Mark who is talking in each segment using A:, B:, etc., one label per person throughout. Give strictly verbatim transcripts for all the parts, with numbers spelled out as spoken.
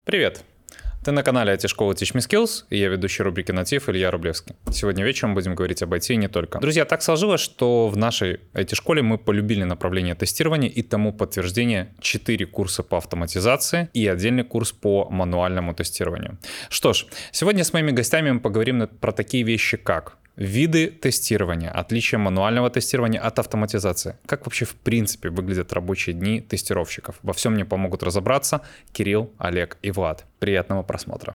A: Привет! Ты на канале ай ти-школы Teach Me Skills, и я ведущий рубрики «Натив» Илья Рублевский. Сегодня вечером будем говорить об ай ти и не только. Друзья, так сложилось, что в нашей ай ти-школе мы полюбили направление тестирования, и тому подтверждение четыре курса по автоматизации и отдельный курс по мануальному тестированию. Что ж, сегодня с моими гостями мы поговорим про такие вещи, как виды тестирования, отличия мануального тестирования от автоматизации. Как вообще в принципе выглядят рабочие дни тестировщиков? Во всем мне помогут разобраться Кирилл, Олег и Влад. Приятного просмотра.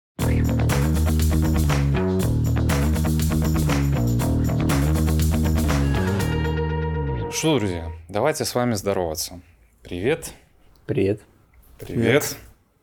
A: Что, друзья, давайте с вами здороваться. Привет.
B: Привет.
A: Привет.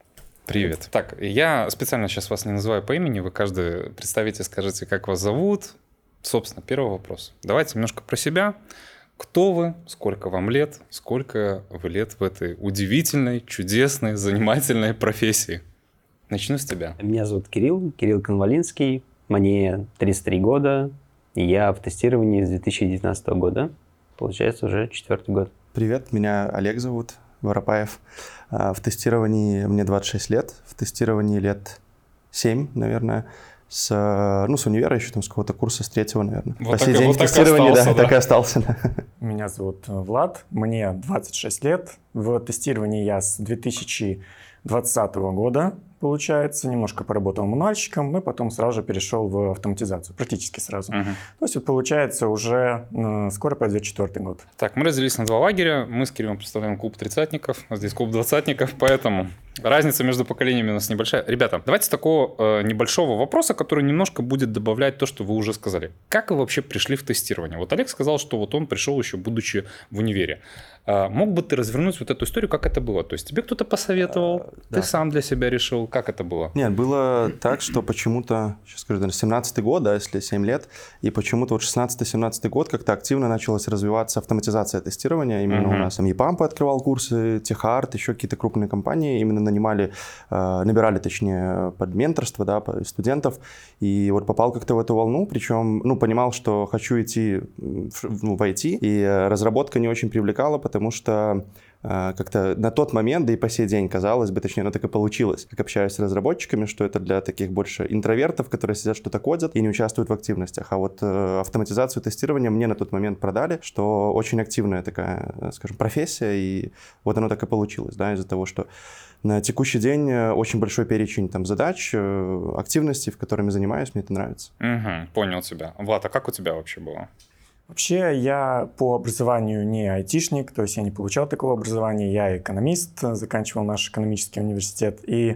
A: Привет. Так, я специально сейчас вас не называю по имени, вы каждый представите, скажите, как вас зовут. Собственно, первый вопрос. Давайте немножко про себя. Кто вы, сколько вам лет, сколько вы лет в этой удивительной, чудесной, занимательной профессии? Начну с тебя.
B: Меня зовут Кирилл, Кирилл Конвалинский, мне тридцать три года, и я в тестировании с две тысячи девятнадцатого года, получается уже четвертый год.
C: Привет, меня Олег зовут, Воропаев. В тестировании мне двадцать шесть лет, в тестировании лет семь, наверное. С, ну, с универа еще, там, с какого-то курса, с третьего, наверное.
A: Вот
C: По
A: так,
C: сей день
A: вот
C: в тестировании,
A: остался,
C: да,
A: да,
C: так и остался. Да.
D: Меня зовут Влад, мне двадцать шесть лет. В тестировании я с две тысячи двадцатого года, получается, немножко поработал мануальщиком, и потом сразу же перешел в автоматизацию, практически сразу.
A: Угу.
D: То есть, вот, получается, уже э, скоро пойдет четвертый год.
A: Так, мы разделились на два лагеря. Мы с Кириллом представляем клуб тридцатников, а здесь клуб двадцатников, поэтому разница между поколениями у нас небольшая. Ребята, давайте с такого э, небольшого вопроса, который немножко будет добавлять то, что вы уже сказали. Как вы вообще пришли в тестирование? Вот Олег сказал, что вот он пришел еще будучи в универе. Э, мог бы ты развернуть вот эту историю, как это было? То есть тебе кто-то посоветовал, а, ты да. сам для себя решил, как это было?
C: Нет, было так, что почему-то, сейчас скажу, наверное, семнадцатый год, да, если семь лет, и почему-то вот шестнадцатый-семнадцатый год как-то активно началась развиваться автоматизация тестирования. Именно uh-huh. у нас ЕПАМП открывал курсы, Техарт, еще какие-то крупные компании именно нанимали, набирали, точнее, под менторство, да, студентов, и вот попал как-то в эту волну, причем, ну, понимал, что хочу идти в, ну, в ай ти, и разработка не очень привлекала, потому что как-то на тот момент, да и по сей день казалось бы, точнее, оно так и получилось, как общаюсь с разработчиками, что это для таких больше интровертов, которые сидят, что-то кодят и не участвуют в активностях. А вот э, автоматизацию тестирования мне на тот момент продали, что очень активная такая, скажем, профессия, и вот оно так и получилось, да, из-за того, что на текущий день очень большой перечень там задач, активностей, в которыми занимаюсь, мне это нравится.
A: Угу, понял тебя. Влад, а как у тебя вообще было?
D: Вообще, я по образованию не айтишник, то есть я не получал такого образования, я экономист, заканчивал наш экономический университет и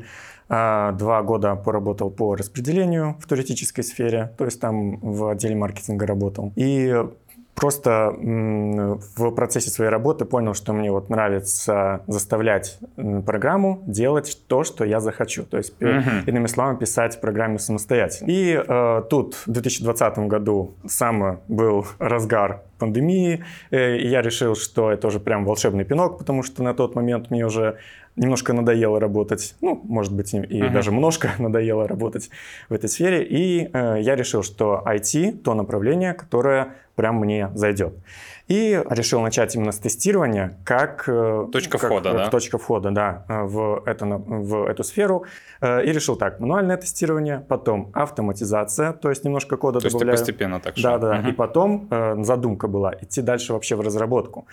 D: э, два года поработал по распределению в туристической сфере, то есть там в отделе маркетинга работал. И просто м, в процессе своей работы понял, что мне вот нравится заставлять м, программу делать то, что я захочу. То есть, uh-huh. иными словами, писать программу самостоятельно. И э, тут в две тысячи двадцатом году сам был разгар пандемии, э, и я решил, что это уже прям волшебный пинок, потому что на тот момент мне уже немножко надоело работать, ну, может быть, и uh-huh. даже немножко надоело работать в этой сфере, и э, я решил, что ай ти – то направление, которое прям мне зайдет. И решил начать именно с тестирования, как
A: точка
D: как,
A: входа,
D: как
A: да?
D: Точка входа, да, в, это, в эту сферу. И решил так, мануальное тестирование, потом автоматизация, то есть немножко кода
A: то
D: добавляю.
A: То есть ты постепенно так
D: шел? Да, да,
A: угу.
D: И потом задумка была идти дальше вообще в разработку.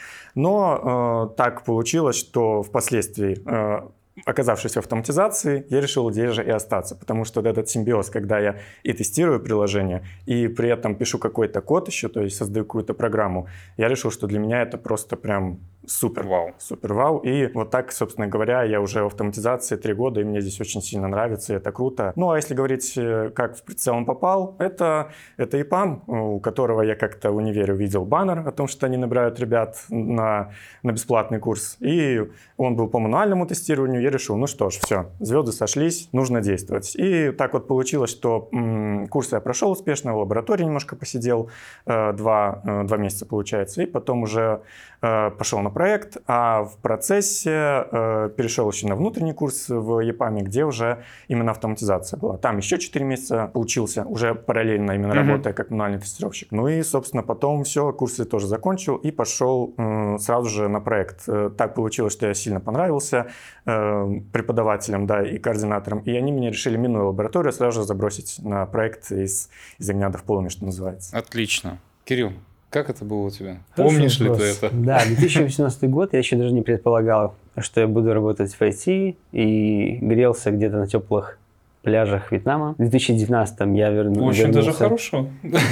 D: Но так получилось, что впоследствии, оказавшись в автоматизации, я решил здесь же и остаться, потому что вот этот симбиоз, когда я и тестирую приложение, и при этом пишу какой-то код еще, то есть создаю какую-то программу, я решил, что для меня это просто прям супер.
A: Вау.
D: Супер вау. И вот так, собственно говоря, я уже в автоматизации три года, и мне здесь очень сильно нравится, и это круто. Ну, а если говорить, как в целом попал, это, это ЕПАМ, у которого я как-то в универе увидел баннер о том, что они набирают ребят на, на бесплатный курс. И он был по мануальному тестированию. Я решил, ну что ж, все, звезды сошлись, нужно действовать. И так вот получилось, что м- курс я прошел успешно, в лаборатории немножко посидел, э, два, э, два месяца, получается, и потом уже э, пошел на проект, а в процессе э, перешел еще на внутренний курс в ЕПАМе, где уже именно автоматизация была. Там еще четыре месяца учился, уже параллельно именно mm-hmm. работая как мануальный тестировщик. Ну и, собственно, потом все, курсы тоже закончил и пошел э, сразу же на проект. Э, так получилось, что я сильно понравился. Э, э, преподавателем, да, и координатором, и они мне решили минную лабораторию сразу же забросить на проект из, из огня до в полуми, что называется.
A: Отлично. Кирилл, как это было у тебя?
B: Хороший
A: Помнишь ли
B: вопрос.
A: ты это?
B: Да, две тысячи восемнадцатый год, я еще даже не предполагал, что я буду работать в ай ти, и грелся где-то на теплых пляжах Вьетнама. В две тысячи девятнадцатом я верну,
A: Очень
B: вернулся.
A: даже хорошо.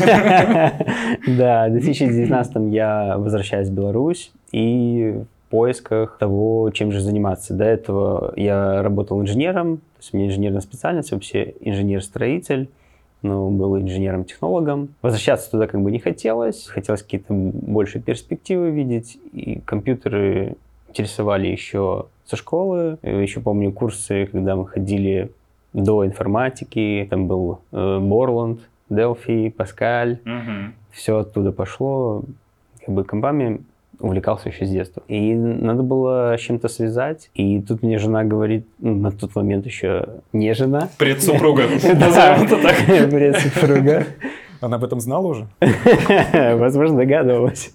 B: Да, в две тысячи девятнадцатом я возвращаюсь в Беларусь и в поисках того, чем же заниматься. До этого я работал инженером, то есть у меня инженерная специальность, вообще инженер-строитель, но был инженером-технологом. Возвращаться туда как бы не хотелось, хотелось какие-то большие перспективы видеть, и компьютеры интересовали еще со школы. Я еще помню курсы, когда мы ходили до информатики, там был э, Borland, Delphi, Pascal,
A: Мгм.
B: все оттуда пошло. Как бы компами увлекался еще с детства. И надо было с чем-то связать. И тут мне жена говорит, ну, на тот момент еще не жена.
A: Предсупруга.
B: Да,
A: Назовем это так.
B: предсупруга.
D: Она об этом знала уже?
B: Возможно, догадывалась.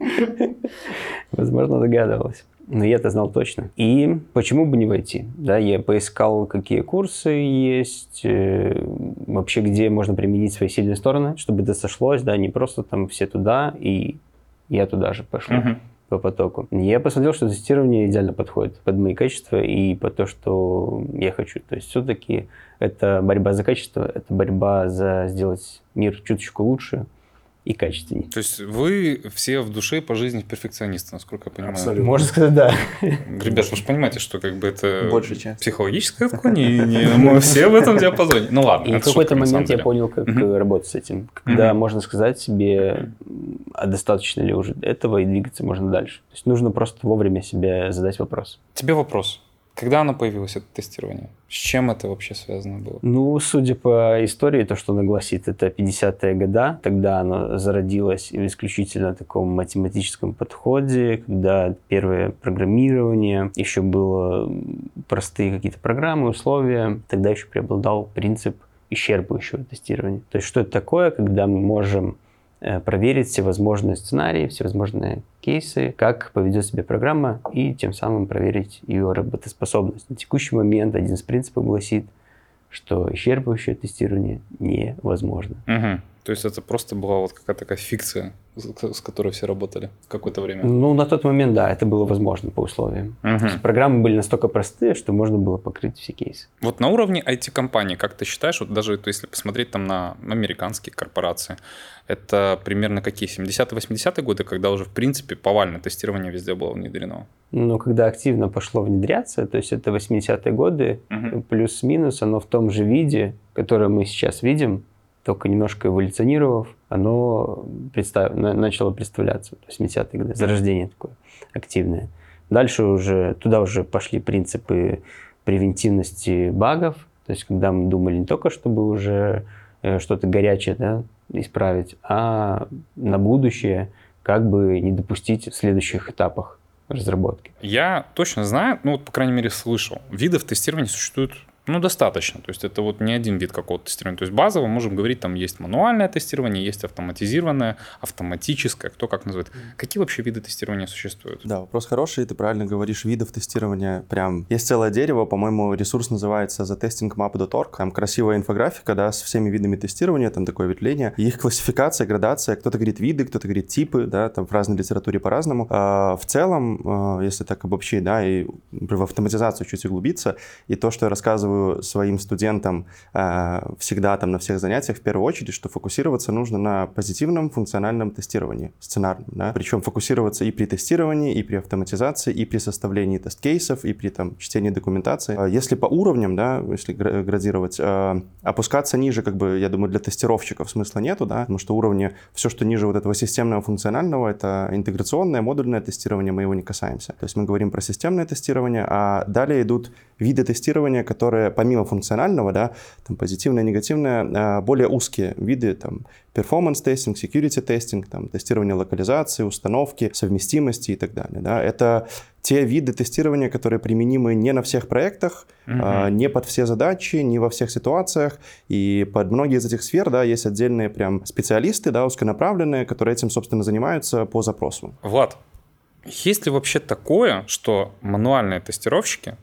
B: Возможно, догадывалась. Но я-то знал точно. И почему бы не войти? Да, я поискал, какие курсы есть, э, вообще, где можно применить свои сильные стороны, чтобы это сошлось, да, не просто там все туда, и я туда же пошел.
A: Мгм.
B: По потоку. Я посмотрел, что тестирование идеально подходит под мои качества и под то, что я хочу. То есть все-таки это борьба за качество, это борьба за сделать мир чуточку лучше и качественнее.
A: То есть вы все в душе по жизни перфекционисты, насколько я понимаю.
D: Абсолютно.
B: Можно сказать, да.
A: Ребят, вы же понимаете, что как бы это
C: Большая часть.
A: психологическое отклонение. Мы все в этом диапазоне. Ну ладно,
B: И в
A: это
B: какой-то
A: шутка, на самом
B: момент я
A: деле.
B: понял, как
A: Мгм.
B: э, работать с этим. Когда
A: Мгм.
B: можно сказать себе, а достаточно ли уже этого, и двигаться можно дальше. То есть нужно просто вовремя себе задать вопрос.
A: Тебе вопрос. Когда оно появилось, это тестирование? С чем это вообще связано было?
B: Ну, судя по истории, то, что оно гласит, это пятидесятые годы. Тогда оно зародилось в исключительно таком математическом подходе, когда первое программирование, еще было простые какие-то программы, условия. Тогда еще преобладал принцип исчерпывающего тестирования. То есть, что это такое, когда мы можем э, проверить все возможные сценарии, все возможные кейсы, как поведет себя программа, и тем самым проверить ее работоспособность. На текущий момент один из принципов гласит, что исчерпывающее тестирование невозможно.
A: Мгм. То есть это просто была вот какая-то такая фикция, с с которой все работали какое-то время.
B: Ну, на тот момент, да, это было возможно по условиям.
A: Мгм.
B: То есть программы были настолько простые, что можно было покрыть все кейсы.
A: Вот на уровне ай ти-компаний, как ты считаешь, вот даже то, если посмотреть там на американские корпорации, это примерно какие, семидесятые-восьмидесятые годы, когда уже, в принципе, повальное тестирование везде было внедрено?
B: Но когда активно пошло внедряться, то есть это восьмидесятые годы,
A: Мгм.
B: плюс-минус, оно в том же виде, которое мы сейчас видим, только немножко эволюционировав, оно представ... на- начало представляться. восьмидесятые годы, зарождение такое активное. Дальше уже, туда уже пошли принципы превентивности багов, то есть когда мы думали не только, чтобы уже э, что-то горячее, да, исправить, а на будущее как бы не допустить в следующих этапах разработки.
A: Я точно знаю, ну вот, по крайней мере, слышал, видов тестирования существует, ну, достаточно. То есть это вот не один вид какого-то тестирования. То есть базово можем говорить, там есть мануальное тестирование, есть автоматизированное, автоматическое, кто как называет. Какие вообще виды тестирования существуют?
C: Да, вопрос хороший, ты правильно говоришь, видов тестирования прям. Есть целое дерево, по-моему, ресурс называется the testing map dot org. Там красивая инфографика, да, с всеми видами тестирования, там такое ветвление. И их классификация, градация, кто-то говорит виды, кто-то говорит типы, да, там в разной литературе по-разному. А в целом, а, если так обобщить, да, и в автоматизацию чуть углубиться, и то, что я рассказываю своим студентам а, всегда там на всех занятиях, в первую очередь, что фокусироваться нужно на позитивном функциональном тестировании, сценарном, да, причем фокусироваться и при тестировании, и при автоматизации, и при составлении тест-кейсов, и при там чтении документации. А если по уровням, да, если градировать, а, опускаться ниже, как бы, я думаю, для тестировщиков смысла нету, да, потому что уровни, все, что ниже вот этого системного функционального, это интеграционное, модульное тестирование, мы его не касаемся. То есть мы говорим про системное тестирование, а далее идут виды тестирования, которые помимо функционального, да, там позитивное, негативное, более узкие виды, там, performance testing, security testing, там, тестирование локализации, установки, совместимости и так далее, да. Это те виды тестирования, которые применимы не на всех проектах, mm-hmm. а, не под все задачи, не во всех ситуациях, и под многие из этих сфер, да, есть отдельные прям специалисты, да, узконаправленные, которые этим, собственно, занимаются по запросу.
A: Влад, есть ли вообще такое, что мануальные тестировщики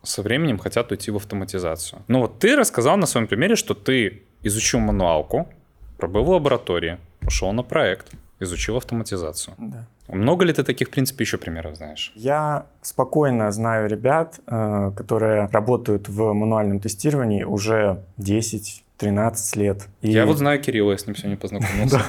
A: со временем хотят уйти в автоматизацию. Ну вот ты рассказал на своем примере, что ты изучил мануалку, пробыл в лаборатории, ушел на проект, изучил автоматизацию.
D: Да.
A: Много ли ты таких, в принципе, еще примеров знаешь?
D: Я спокойно знаю ребят, э, которые работают в мануальном тестировании уже десять-тринадцать лет. И...
A: Я вот знаю Кирилла, я с ним сегодня познакомился.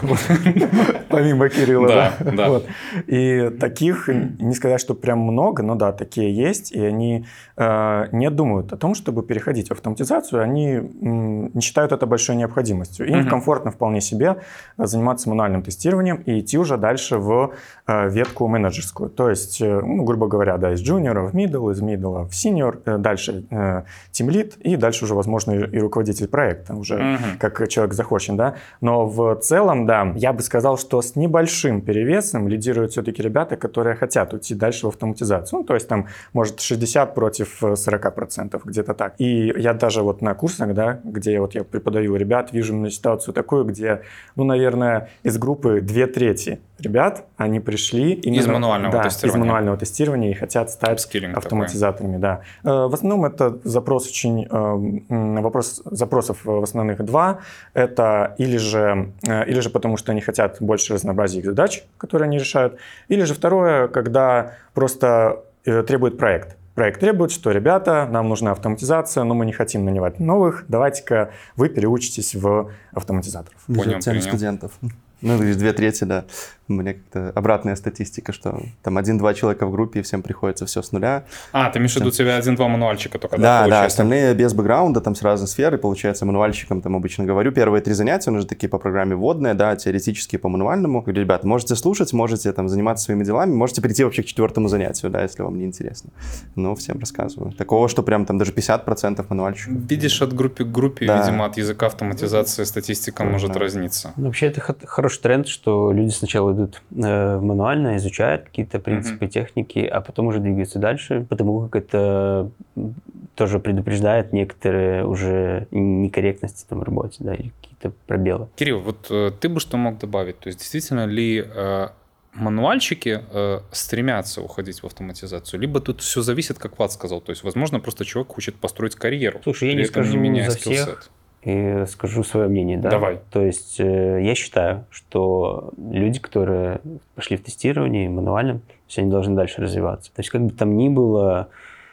D: Помимо Кирилла,
A: да.
D: да.
A: да.
D: Вот. И таких, не сказать, что прям много, но да, такие есть, и они э, не думают о том, чтобы переходить в автоматизацию, они м, не считают это большой необходимостью. Им
A: Мгм.
D: комфортно вполне себе заниматься мануальным тестированием и идти уже дальше в э, ветку менеджерскую. То есть, э, ну, грубо говоря, да, из junior в middle, из middle в senior, э, дальше э, team lead и дальше уже, возможно, и, и руководитель проекта, уже
A: Мгм.
D: как человек захочет, да. Но в целом, да, я бы сказал, что с небольшим перевесом лидируют все-таки ребята, которые хотят уйти дальше в автоматизацию. Ну, то есть там, может, шестьдесят против сорок процентов, где-то так. И я даже вот на курсах, да, где вот я преподаю ребят, вижу именно ситуацию такую, где, ну, наверное, из группы две трети ребят, они пришли именно,
A: Из мануального
D: да,
A: тестирования.
D: из мануального тестирования и хотят стать
A: Апскиллинг
D: автоматизаторами, да. Э, В основном это запрос очень, э, м, вопрос запросов в основных два. Это или же, э, или же потому, что они хотят больше разнообразия их задач, которые они решают, или же второе, когда просто э, требует проект. Проект требует, что, ребята, нам нужна автоматизация, но мы не хотим нанимать новых, давайте-ка вы переучитесь в автоматизаторов.
A: Понял,
C: Цены
A: принял.
C: студентов. Ну, говоришь, две трети, да. У меня как-то обратная статистика, что там один-два человека в группе, и всем приходится все с нуля.
A: А, ты имеешь в виду, у тебя один-два мануальчика только, да,
C: Да, да,
A: получается?
C: остальные без бэкграунда, там с разной сферы, получается, мануальщикам там обычно говорю, первые три занятия, у нас же такие по программе вводные, да, теоретические по мануальному. Говорю, ребята, можете слушать, можете там заниматься своими делами, можете прийти вообще к четвертому занятию, да, если вам не интересно. Ну, всем рассказываю. Такого, что прям там даже пятьдесят процентов мануальщиков.
A: Видишь, от группы к группе,
C: Да.
A: видимо, от языка автоматизации статистика может
C: Да.
A: разниться.
B: Ну, вообще, это хо- хороший тренд, что люди сначала идут э, мануально, изучают какие-то принципы, техники, а потом уже двигаются дальше, потому как это м, тоже предупреждает некоторые уже некорректности там в работе, да, или какие-то пробелы.
A: Кирилл, вот э, ты бы что мог добавить? То есть действительно ли э, мануальщики э, стремятся уходить в автоматизацию, либо тут все зависит, как Влад сказал, то есть, возможно, просто человек хочет построить карьеру.
B: Слушай, я
A: при
B: не
A: этом
B: скажу
A: меняя
B: за
A: скиллсет.
B: всех. И скажу свое мнение, да.
A: Давай.
B: То есть э, я считаю, что люди, которые пошли в тестирование мануальным, то есть они должны дальше развиваться. То есть как бы там ни было,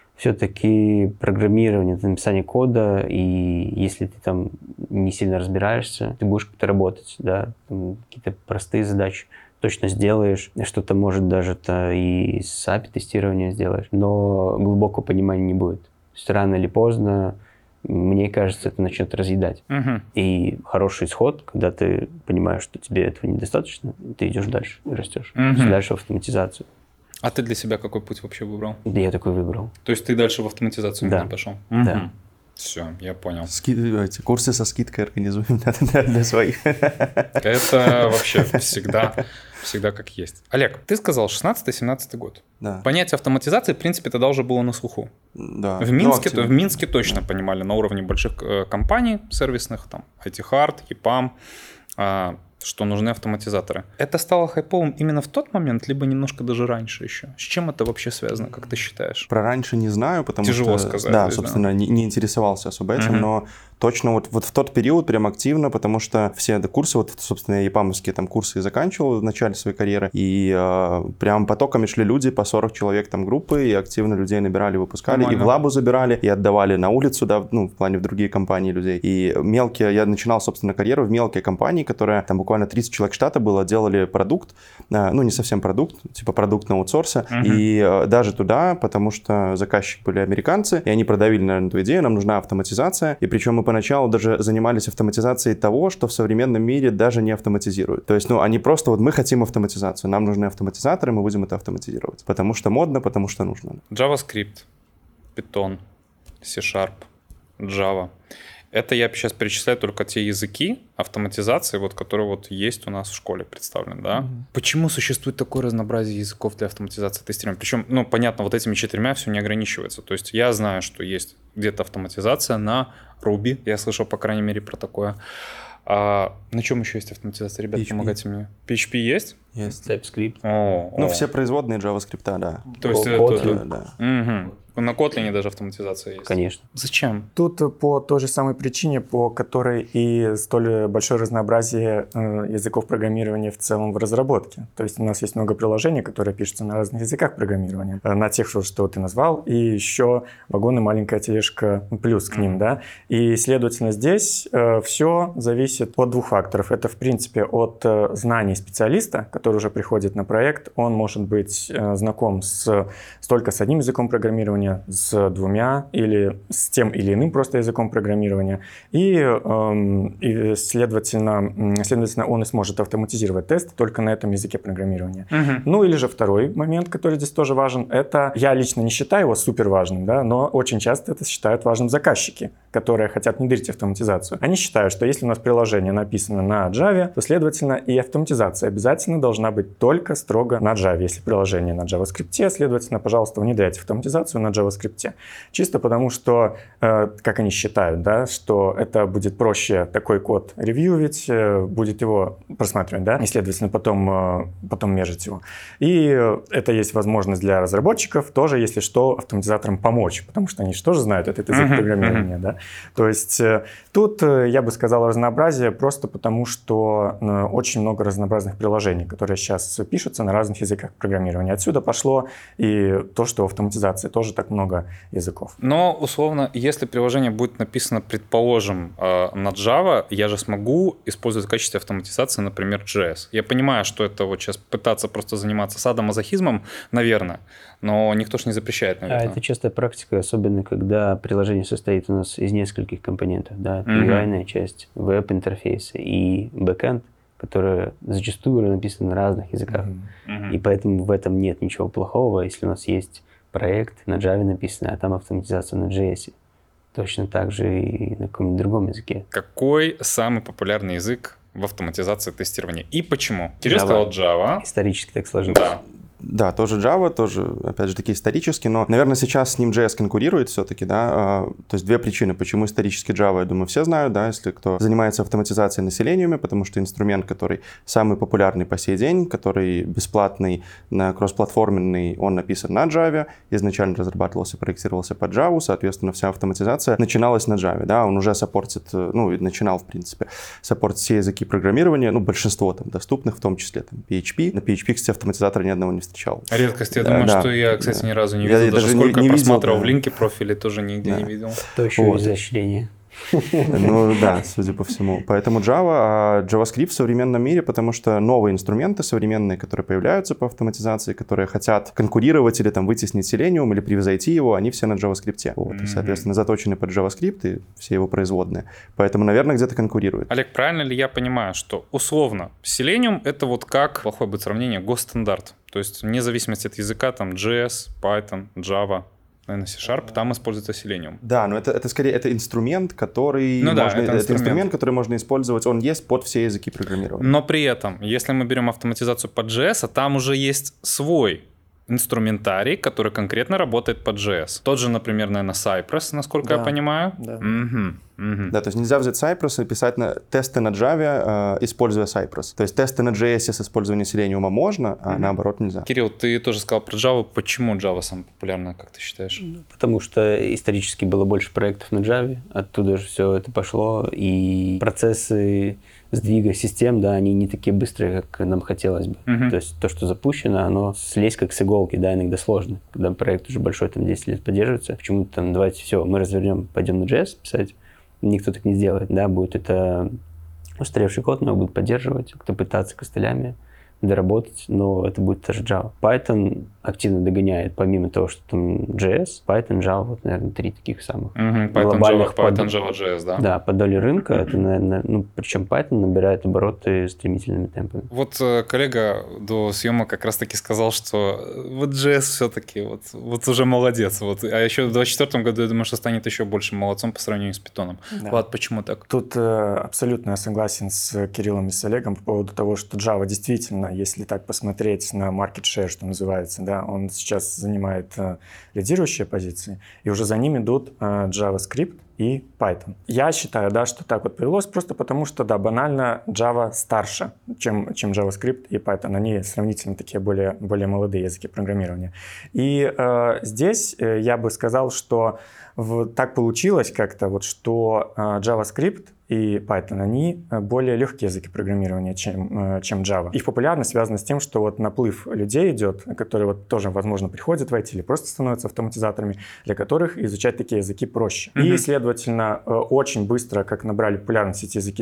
B: все-таки программирование, это написание кода, и если ты там не сильно разбираешься, ты будешь как-то работать, да, там какие-то простые задачи точно сделаешь, что-то, может, даже-то и с эй пи ай-тестирования сделаешь, но глубокого понимания не будет. То есть рано или поздно, мне кажется, это начнет разъедать.
A: Мгм.
B: И хороший исход, когда ты понимаешь, что тебе этого недостаточно, ты идешь дальше и растешь.
A: Мгм.
B: То есть дальше в автоматизацию.
A: А ты для себя какой путь вообще выбрал?
B: Да, я такой выбрал.
A: То есть ты дальше в автоматизацию
B: Да.
A: именно пошел?
B: Да.
A: Все, я понял.
C: Ски- эти курсы со скидкой организуем для, для своих.
A: Это вообще всегда, всегда как есть. Олег, ты сказал шестнадцатый-семнадцатый год.
C: Да.
A: Понятие автоматизации, в принципе, тогда уже было на слуху.
C: Да.
A: В
C: Ну,
A: Минске, то,
C: активно.
A: в Минске точно понимали на уровне больших э, компаний сервисных, там, ай ти-Hard, ИПАМ, а, что нужны автоматизаторы. Это стало хайповым именно в тот момент, либо немножко даже раньше еще? С чем это вообще связано, как ты считаешь?
C: Про раньше не знаю, потому
A: Тяжело
C: что...
A: сказать,
C: Да,
A: да.
C: собственно, не, не интересовался особо этим,
A: Мгм.
C: но точно вот, вот в тот период прям активно, потому что все это курсы, вот, собственно, я епамовские там курсы и заканчивал в начале своей карьеры, и э, прям потоками шли люди, по сорок человек там группы, и активно людей набирали, выпускали,
A: Нормально.
C: и в лабу забирали, и отдавали на улицу, да, ну, в плане в другие компании людей. И мелкие, я начинал, собственно, карьеру в мелкие компании, которые там буквально тридцать человек штата было, делали продукт, э, ну, не совсем продукт, типа продукт на аутсорсе,
A: Мгм.
C: и э, даже туда, потому что заказчик были американцы, и они продавили, наверное, эту идею, нам нужна автоматизация, и причем мы поначалу даже занимались автоматизацией того, что в современном мире даже не автоматизируют. То есть, ну, они просто, вот мы хотим автоматизацию, нам нужны автоматизаторы, мы будем это автоматизировать, потому что модно, потому что нужно.
A: JavaScript, Python, C-Sharp, Java. Это я сейчас перечисляю только те языки автоматизации, вот, которые вот есть у нас в школе представлены, да?
D: Мгм.
A: Почему существует такое разнообразие языков для автоматизации тестирования? Причем, ну, понятно, вот этими четырьмя все не ограничивается. То есть я знаю, что есть где-то автоматизация на Ruby, я слышал, по крайней мере, про такое. А на чем еще есть автоматизация? Ребята,
C: пи эйч пи.
A: помогайте мне. пи эйч пи есть?
C: Есть.
B: TypeScript.
A: О,
C: Ну,
A: о.
C: все производные JavaScript, да.
A: То есть
B: Kotlin.
A: это...
C: Да.
A: Мгм. На Kotlin даже автоматизация есть.
B: Конечно.
A: Зачем?
D: Тут по той же самой причине, по которой и столь большое разнообразие э, языков программирования в целом в разработке. То есть у нас есть много приложений, которые пишутся на разных языках программирования, э, на тех, что, что ты назвал, и еще вагон и маленькая тележка плюс к ним, да. И, следовательно, здесь э, все зависит от двух факторов. Это, в принципе, от э, знаний специалиста, который уже приходит на проект. Он может быть э, знаком с, с только с одним языком программирования, с двумя или с тем или иным просто языком программирования. И, эм, и следовательно, следовательно, он и сможет автоматизировать тесты только на этом языке программирования.
A: Мгм.
D: Ну или же второй момент, который здесь тоже важен, это я лично не считаю его супер важным, да, но очень часто это считают важным заказчики, которые хотят внедрить автоматизацию. Они считают, что если у нас приложение написано на Java, то, следовательно, и автоматизация обязательно должна быть только строго на Java. Если приложение на JavaScript, следовательно, пожалуйста, внедряйте автоматизацию на JavaScript. Чисто потому, что, э, как они считают, да, что это будет проще такой код ревьювить, э, будет его просматривать, да, и, следовательно, потом, э, потом межить его. И это есть возможность для разработчиков тоже, если что, автоматизаторам помочь, потому что они же тоже знают этот язык
A: Мгм,
D: программирования,
A: мгм.
D: да. То есть э, тут, э, я бы сказал, разнообразие просто потому, что э, очень много разнообразных приложений, которые сейчас пишутся на разных языках программирования. Отсюда пошло и то, что в автоматизации тоже так много языков.
A: Но, условно, если приложение будет написано, предположим, э, на Java, я же смогу использовать в качестве автоматизации, например, джей эс. Я понимаю, что это вот сейчас пытаться просто заниматься садомазохизмом, наверное, но никто ж не запрещает,
B: А
A: наверное.
B: это частая практика, особенно когда приложение состоит у нас из нескольких компонентов. Да?
A: Мгм.
B: ю ай-ная часть, веб-интерфейсы и бэкэнд, которые зачастую написаны на разных языках.
A: Мгм.
B: И поэтому в этом нет ничего плохого, если у нас есть проект на Java написанный, а там автоматизация на джей эс. Точно так же и на каком-нибудь другом языке.
A: Какой самый популярный язык в автоматизации тестирования? И почему? Кирилл
B: Java.
A: сказал Java.
B: Исторически так сложилось.
A: Да.
C: Да, тоже Java, тоже, опять же, таки исторически, но, наверное, сейчас с ним джей эс конкурирует все-таки, да, а, то есть две причины, почему исторически Java, я думаю, все знают, да, если кто занимается автоматизацией населениями, потому что инструмент, который самый популярный по сей день, который бесплатный, на кроссплатформенный, он написан на Java, изначально разрабатывался, проектировался под Java, соответственно, вся автоматизация начиналась на Java, да, он уже саппортит, ну, и начинал, в принципе, саппортить все языки программирования, ну, большинство там доступных, в том числе там пи эйч пи. На пи эйч пи, кстати, автоматизатора ни одного не встречал.
A: Редкость. Я
C: Да,
A: думаю,
C: да,
A: что я, кстати,
C: да.
A: ни разу не
C: Я
A: видел. Даже
C: даже не-
A: сколько
C: не видел,
A: просматривал
C: да.
A: в линке профили, тоже нигде
C: Да.
A: не видел.
B: То еще
C: Вот.
B: и изощрение.
C: Ну да, судя по всему. Поэтому Java, а JavaScript в современном мире, потому что новые инструменты современные, которые появляются по автоматизации, которые хотят конкурировать или там вытеснить Selenium, или превзойти его, они все на JavaScript. Вот, и, соответственно, заточены под JavaScript и все его производные. Поэтому, наверное, где-то конкурируют.
A: Олег, правильно ли я понимаю, что условно Selenium — это вот как, плохое будет сравнение, госстандарт? То есть вне зависимости от языка, там джей эс, Python, Java, наверное, C-Sharp, там используется Selenium.
C: Да, но это, это скорее это инструмент, который
A: Ну да,
C: можно,
A: это инструмент.
C: инструмент, который можно использовать. Он есть под все языки программирования.
A: Но при этом, если мы берем автоматизацию под джей эс, там уже есть свой инструментарий, который конкретно работает под джей эс. Тот же, например, наверное, Cypress, насколько
D: Да,
A: я понимаю.
D: да.
A: Мгм, мгм.
C: Да, то есть нельзя взять Cypress и писать на, тесты на Java, э, используя Cypress. То есть тесты на джей эс с использованием Selenium можно, а
A: Мгм.
C: наоборот нельзя.
A: Кирилл, ты тоже сказал про Java. Почему Java самая популярная, как ты считаешь?
B: Потому что исторически было больше проектов на Java, оттуда же все это пошло, и процессы сдвига систем, да, они не такие быстрые, как нам хотелось бы.
A: Мгм.
B: То есть то, что запущено, оно слезть как с иголки, да, иногда сложно. Когда проект уже большой, там десять лет поддерживается, почему-то там давайте все, мы развернем, пойдем на джей эс писать, никто так не сделает, да, будет это устаревший код, но его будут поддерживать, кто пытаться костылями доработать, но это будет тоже Java. Python активно догоняет, помимо того, что там джей эс, Python, Java, вот, наверное, три таких самых
A: Мгм, Python, Java,
B: глобальных
A: Python,
B: под-
A: Java, джей эс, да?
B: Да, по доле рынка, это, наверное, ну, причем Python набирает обороты стремительными темпами.
A: Вот э, коллега до съемок как раз-таки сказал, что э, вот джей эс все-таки вот, вот уже молодец. Вот. А еще в двадцать четвёртом году, я думаю, что станет еще большим молодцом по сравнению с Python.
D: Да.
A: Влад, почему так?
D: Тут э, абсолютно я согласен с Кириллом и с Олегом по поводу того, что Java действительно, если так посмотреть на market share, что называется, да, он сейчас занимает э, лидирующие позиции, и уже за ним идут э, JavaScript и Python. Я считаю, да, что так вот повелось просто потому, что, да, банально Java старше, чем, чем JavaScript и Python. Они сравнительно такие более, более молодые языки программирования. И э, здесь э, я бы сказал, что в, так получилось как-то, вот, что э, JavaScript и Python, они более легкие языки программирования, чем, чем Java. Их популярность связана с тем, что вот наплыв людей идет, которые вот тоже, возможно, приходят в ай ти или просто становятся автоматизаторами, для которых изучать такие языки проще. Mm-hmm. И, следовательно, очень быстро, как набрали популярность эти языки,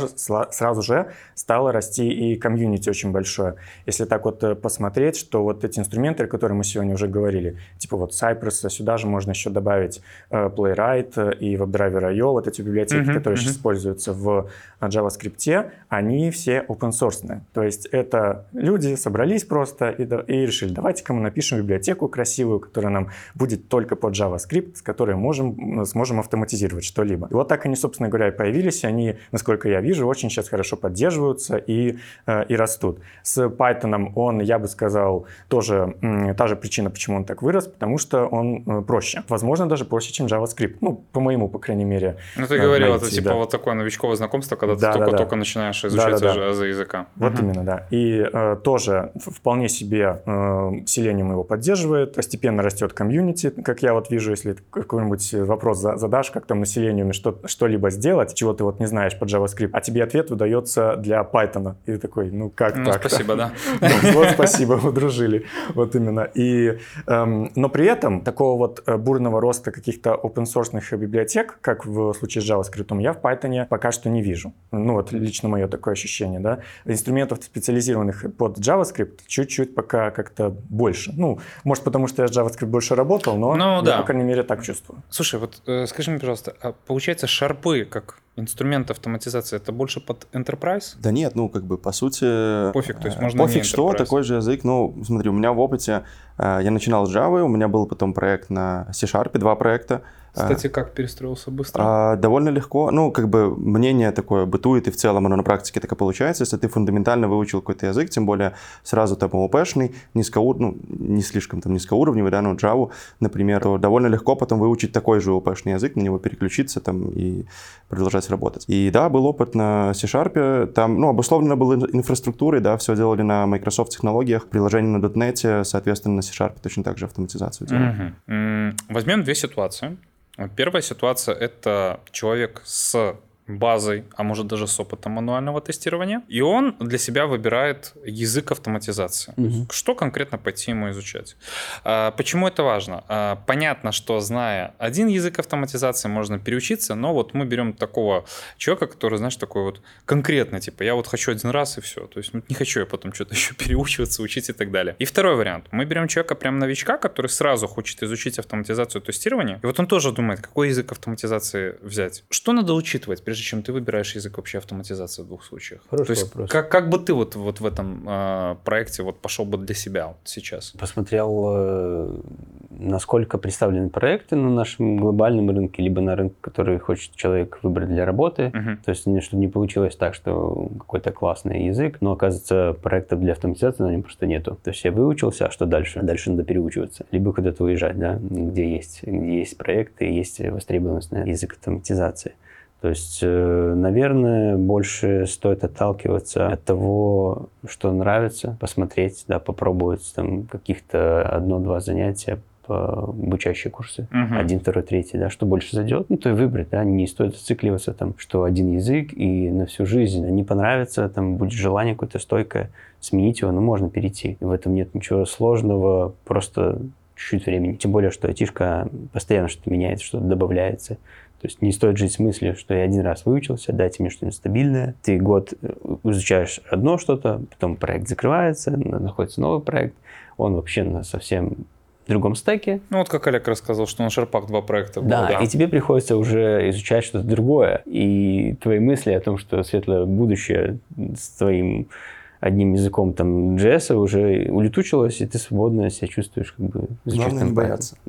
D: сразу же стало расти и комьюнити очень большое. Если так вот посмотреть, что вот эти инструменты, о которых мы сегодня уже говорили, типа вот Cypress, сюда же можно еще добавить Playwright и WebDriver точка ай о, вот эти библиотеки, mm-hmm. которые mm-hmm. сейчас используются в JavaScript, они все open-source. То есть это люди собрались просто и, и решили, давайте-ка мы напишем библиотеку красивую, которая нам будет только под JavaScript, с которой можем, сможем автоматизировать что-либо. И вот так они, собственно говоря, и появились. Они, насколько я вижу, очень сейчас хорошо поддерживаются и, и растут. С Python он, я бы сказал, тоже та же причина, почему он так вырос, потому что он проще. Возможно, даже проще, чем JavaScript. Ну, по моему, по крайней мере.
A: Ну, ты говорил, это типа да. вот такое новичковое знакомство, когда да, ты только-только да, да. начинаешь изучать да, да, да. азы языка.
D: Вот угу. именно, да. И э, тоже вполне себе э, Selenium его поддерживает, постепенно растет комьюнити, как я вот вижу, если какой-нибудь вопрос задашь, как там на Selenium что, что-либо сделать, чего ты вот не знаешь по JavaScript, а тебе ответ выдается для Python. И ты такой, ну как
A: ну,
D: так?
A: Ну, спасибо, да.
D: Вот, спасибо, вы дружили. Вот именно. И, но при этом такого вот бурного роста каких-то open-source библиотек, как в случае с JavaScript, я в Python пока что не вижу. Ну вот лично мое такое ощущение, да. Инструментов специализированных под JavaScript чуть-чуть пока как-то больше. Ну, может, потому что я с JavaScript больше работал, но ну, я, да. по крайней мере, так чувствую.
A: Слушай, вот э, скажи мне, пожалуйста, а получается шарпы как инструмент автоматизации, это больше под Enterprise?
C: Да нет, ну, как бы, по сути...
A: Пофиг, то есть можно
C: Пофиг что, такой же язык. Ну, смотри, у меня в опыте, э, я начинал с Java, у меня был потом проект на C-Sharp, два проекта.
A: Кстати, как перестроился быстро?
C: А, довольно легко. Ну, как бы мнение такое бытует, и в целом оно на практике так и получается. Если ты фундаментально выучил какой-то язык, тем более сразу там ООП-шный, низкоуровневый, ну, не слишком там низкоуровневый, да, но Java, например, то довольно легко потом выучить такой же ООП-шный язык, на него переключиться там и продолжать работать. И да, был опыт на C-Sharp, там, ну, обусловлено было инфраструктурой, да, все делали на Microsoft технологиях, приложение на .дот нет, соответственно, на C-Sharp точно так же автоматизацию делали.
A: Угу. Возьмем две ситуации. Первая ситуация – это человек с базой, а может даже с опытом мануального тестирования, и он для себя выбирает язык автоматизации. Угу. Что конкретно пойти ему изучать? А, почему это важно? А, понятно, что зная один язык автоматизации, можно переучиться, но вот мы берем такого человека, который, знаешь, такой вот конкретно, типа, я вот хочу один раз и все. То есть ну, не хочу я потом что-то еще переучиваться, учить и так далее. И второй вариант. Мы берем человека прям новичка, который сразу хочет изучить автоматизацию тестирования, и вот он тоже думает, какой язык автоматизации взять. Что надо учитывать, прежде чем ты выбираешь язык вообще автоматизации в двух случаях?
B: Хороший
A: То есть
B: вопрос.
A: Как, как бы ты вот, вот в этом э, проекте вот пошел бы для себя вот сейчас?
B: Посмотрел, э, насколько представлены проекты на нашем глобальном рынке, либо на рынке, который хочет человек выбрать для работы. Uh-huh. То есть, чтобы не получилось так, что какой-то классный язык, но, оказывается, проектов для автоматизации на нем просто нету. То есть я выучился, а что дальше? Дальше надо переучиваться. Либо куда-то уезжать, да, где есть, где есть проекты, есть востребованность на язык автоматизации. То есть, наверное, больше стоит отталкиваться от того, что нравится, посмотреть, да, попробовать там каких-то одно-два занятия, обучающие курсы, uh-huh. один, второй, третий, да, что больше зайдет, ну, то и выбрать, да, не стоит зацикливаться там, что один язык и на всю жизнь не понравится, там будет желание какое-то стойкое, сменить его, но можно перейти. И в этом нет ничего сложного, просто чуть-чуть времени. Тем более, что айтишка постоянно что-то меняется, что-то добавляется. То есть не стоит жить с мыслью, что я один раз выучился, дайте мне что-нибудь стабильное. Ты год изучаешь одно что-то, потом проект закрывается, находится новый проект, он вообще на совсем другом стеке.
A: Ну вот как Олег рассказал, что на Sharpak два проекта было.
B: Да,
A: да,
B: и тебе приходится уже изучать что-то другое. И твои мысли о том, что светлое будущее с твоим одним языком там джей эс уже улетучилось, и ты свободно себя чувствуешь как бы...
C: Главное не бояться.
B: Да.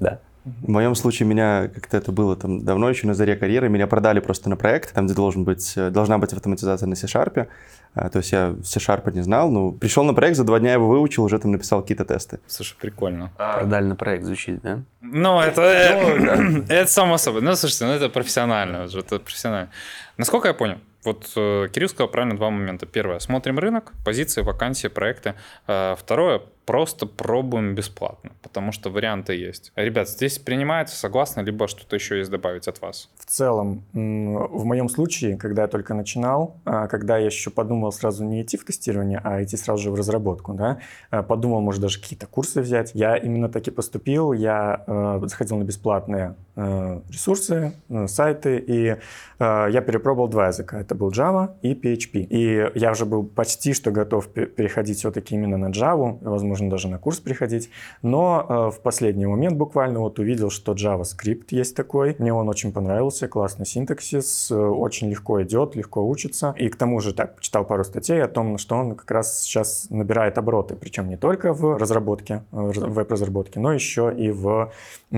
C: В моем случае меня, как-то это было там давно, еще на заре карьеры, меня продали просто на проект, там, где должен быть, должна быть автоматизация на C-Sharp. То есть я C-Sharp не знал, ну, пришел на проект, за два дня его выучил, уже там написал какие-то тесты.
A: Слушай, прикольно.
B: Продали на проект звучит, да?
A: Ну, это, это само собой. Ну, слушайте, ну это профессионально, это профессионально. Насколько я понял, вот э, Кирилл сказал правильно два момента. Первое, смотрим рынок, позиции, вакансии, проекты. Э, второе, просто пробуем бесплатно, потому что варианты есть. Ребят, здесь принимается, согласны, либо что-то еще есть добавить от вас?
D: В целом, в моем случае, когда я только начинал, когда я еще подумал сразу не идти в тестирование, а идти сразу же в разработку, да, подумал, может, даже какие-то курсы взять, я именно так и поступил. Я заходил на бесплатные ресурсы, сайты, и я перепробовал два языка. Это был Java и пи эйч пи. И я уже был почти что готов переходить все-таки именно на Java, возможно, даже на курс приходить. Но в последний момент буквально вот увидел, что JavaScript есть такой. Мне он очень понравился, классный синтаксис, очень легко идет, легко учится. И к тому же так, почитал пару статей о том, что он как раз сейчас набирает обороты. Причем не только в разработке, в веб-разработке, но еще и в,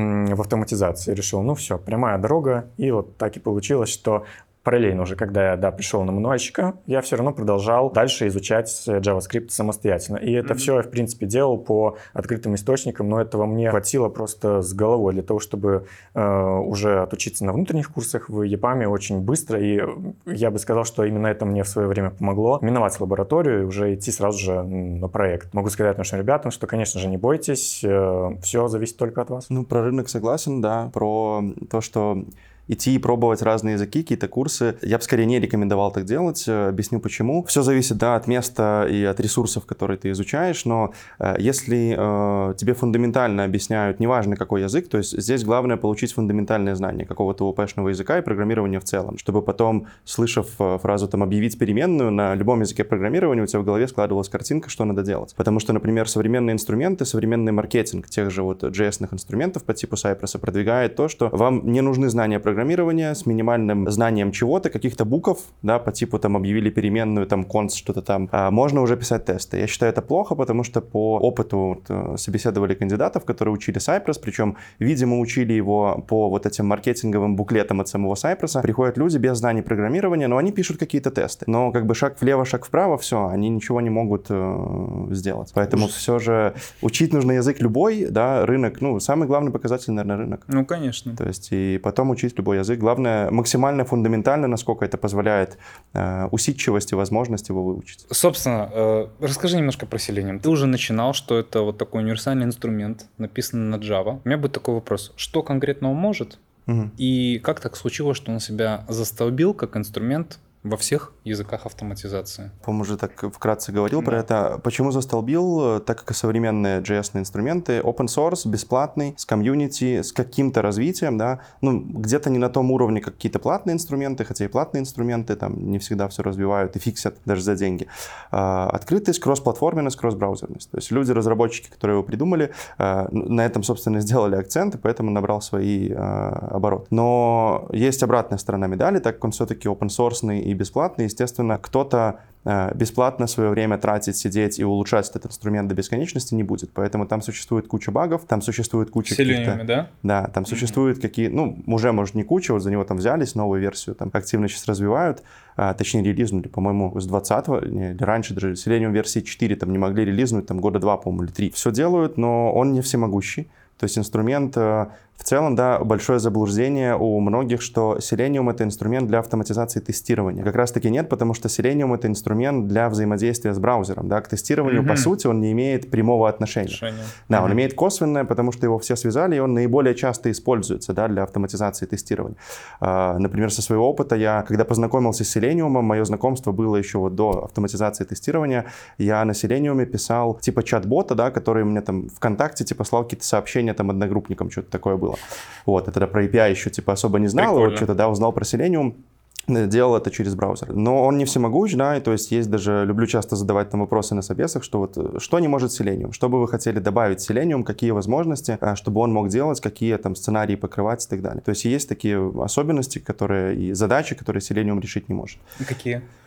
D: в автоматизации. Решил, ну все, прямая дорога. И вот так и получилось, что параллельно уже, когда я, да, пришел на мануальщика, я все равно продолжал дальше изучать JavaScript самостоятельно. И это mm-hmm. все я, в принципе, делал по открытым источникам, но этого мне хватило просто с головой для того, чтобы э, уже отучиться на внутренних курсах в ЕПАМе очень быстро. И я бы сказал, что именно это мне в свое время помогло миновать лабораторию и уже идти сразу же на проект. Могу сказать нашим ребятам, что, конечно же, не бойтесь, э, все зависит только от вас.
C: Ну, про рынок согласен, да, про то, что идти и пробовать разные языки, какие-то курсы. Я бы скорее не рекомендовал так делать. Объясню почему. Все зависит, да, от места и от ресурсов, которые ты изучаешь, но э, если э, тебе фундаментально объясняют, неважно какой язык, то есть здесь главное получить фундаментальное знание какого-то ООП-шного языка и программирования в целом, чтобы потом, слышав фразу там «объявить переменную», на любом языке программирования у тебя в голове складывалась картинка, что надо делать. Потому что, например, современные инструменты, современный маркетинг тех же вот джей эс-ных инструментов по типу Cypress продвигает то, что вам не нужны знания программирования, программирования с минимальным знанием чего-то, каких-то букв, да, по типу там объявили переменную, там const, что-то там, а, можно уже писать тесты. Я считаю это плохо, потому что по опыту вот, собеседовали кандидатов, которые учили Cypress, причем, видимо, учили его по вот этим маркетинговым буклетам от самого Cypress. Приходят люди без знаний программирования, но они пишут какие-то тесты. Но как бы шаг влево, шаг вправо, все, они ничего не могут э, сделать. Поэтому Ужас. все же учить нужно язык любой, да, рынок, ну, самый главный показатель, наверное, рынок.
A: Ну, конечно.
C: То есть и потом учить любой язык. Главное, максимально фундаментально, насколько это позволяет э, усидчивость и возможность его выучить.
A: Собственно, э, расскажи немножко про Selenium. Ты уже начинал, что это вот такой универсальный инструмент, написанный на Java. У меня будет такой вопрос. Что конкретно он может? Угу. И как так случилось, что он себя застолбил как инструмент во всех языках автоматизации?
C: По-моему, уже так вкратце говорил
A: да.
C: про это. Почему застолбил? Так как и современные джей эс-ные инструменты, open source, бесплатный, с комьюнити, с каким-то развитием, да, ну, где-то не на том уровне, как какие-то платные инструменты, хотя и платные инструменты там не всегда все развивают и фиксят даже за деньги. Открытость, кроссплатформенность, кроссбраузерность. То есть люди-разработчики, которые его придумали, на этом, собственно, сделали акцент, и поэтому набрал свои обороты. Но есть обратная сторона медали, так как он все-таки open-source и бесплатный, естественно, кто-то э, бесплатно свое время тратить, сидеть и улучшать этот инструмент до бесконечности не будет. Поэтому там существует куча багов, там существует куча каких-то...
A: да?
C: Да, там mm-hmm. существует какие... Ну, уже, может, не куча, вот за него там взялись, новую версию там активно сейчас развивают, а, точнее, релизнули, по-моему, с двадцатого, не, или раньше даже Selenium версии четыре там не могли релизнуть, там года два, по-моему, или три. Все делают, но он не всемогущий. То есть инструмент в целом, да, большое заблуждение у многих, что Selenium — это инструмент для автоматизации тестирования. Как раз таки нет, потому что Selenium — это инструмент для взаимодействия с браузером. Да, к тестированию, mm-hmm. по сути, он не имеет прямого отношения. Решение. Да, mm-hmm. он имеет косвенное, потому что его все связали, и он наиболее часто используется, да, для автоматизации тестирования. А, например, со своего опыта я, когда познакомился с Selenium, мое знакомство было еще вот до автоматизации тестирования, я на Selenium писал типа чат-бота, да, который мне там ВКонтакте типа слал какие-то сообщения там одногруппникам, что-то такое было. Вот, я тогда про эй пи ай еще типа особо не знал, вот что-то, да, узнал про Selenium, делал это через браузер. Но он не всемогущ, да, и то есть есть даже, люблю часто задавать там вопросы на собесах, что вот, что не может Selenium, что бы вы хотели добавить в Selenium, какие возможности, чтобы он мог делать, какие там сценарии покрывать и так далее. То есть есть такие особенности, которые и задачи, которые Selenium решить не может.
A: Какие?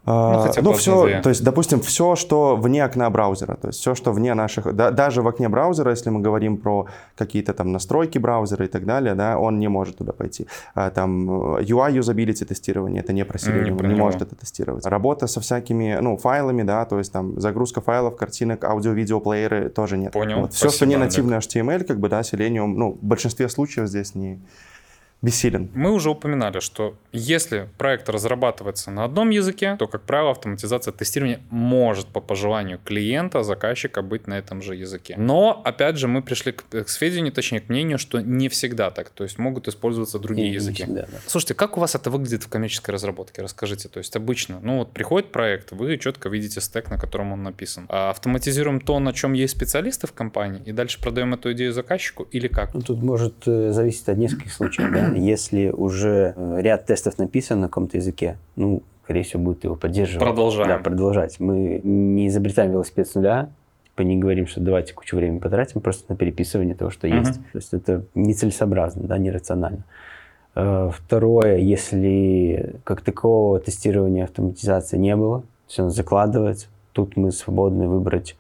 A: Ну, хотя бы
C: ну все,
A: одну-две.
C: то есть, допустим, все, что вне окна браузера, то есть все, что вне наших, да, даже в окне браузера, если мы говорим про какие-то там настройки браузера и так далее, да, он не может туда пойти. А, там ю ай юзабилити тестирование, это не про Selenium,
A: Не
C: он
A: про
C: не
A: него.
C: может это тестировать. Работа со всякими, ну, файлами, да, то есть там загрузка файлов, картинок, аудио-видео плееры тоже нет.
A: Понял.
C: Вот. Все, что
A: Спасибо,
C: не
A: Олег.
C: нативный эйч ти эм эль, как бы, да, Selenium, ну, в большинстве случаев здесь не бессилен.
A: Мы уже упоминали, что если проект разрабатывается на одном языке, то, как правило, автоматизация тестирования может по пожеланию клиента, заказчика быть на этом же языке. Но, опять же, мы пришли к, к сведению, точнее, к мнению, что не всегда так. То есть могут использоваться другие
B: И не
A: языки.
B: всегда, да.
A: Слушайте, как у вас это выглядит в коммерческой разработке? Расскажите. То есть обычно, ну вот приходит проект, вы четко видите стек, на котором он написан. А автоматизируем то, на чем есть специалисты в компании, и дальше продаем эту идею заказчику или как?
B: Ну, тут может э, зависеть от нескольких случаев. Да? Если уже э, ряд тестов написан на каком-то языке, ну, скорее всего, будет его поддерживать.
A: Продолжаем.
B: Да, продолжать. Мы не изобретаем велосипед с нуля, типа не говорим, что давайте кучу времени потратим просто на переписывание того, что
A: Мгм.
B: есть. То есть это нецелесообразно, да, нерационально. Э, Второе, если как такового тестирования автоматизации не было, все надо закладывать, тут мы свободны выбрать,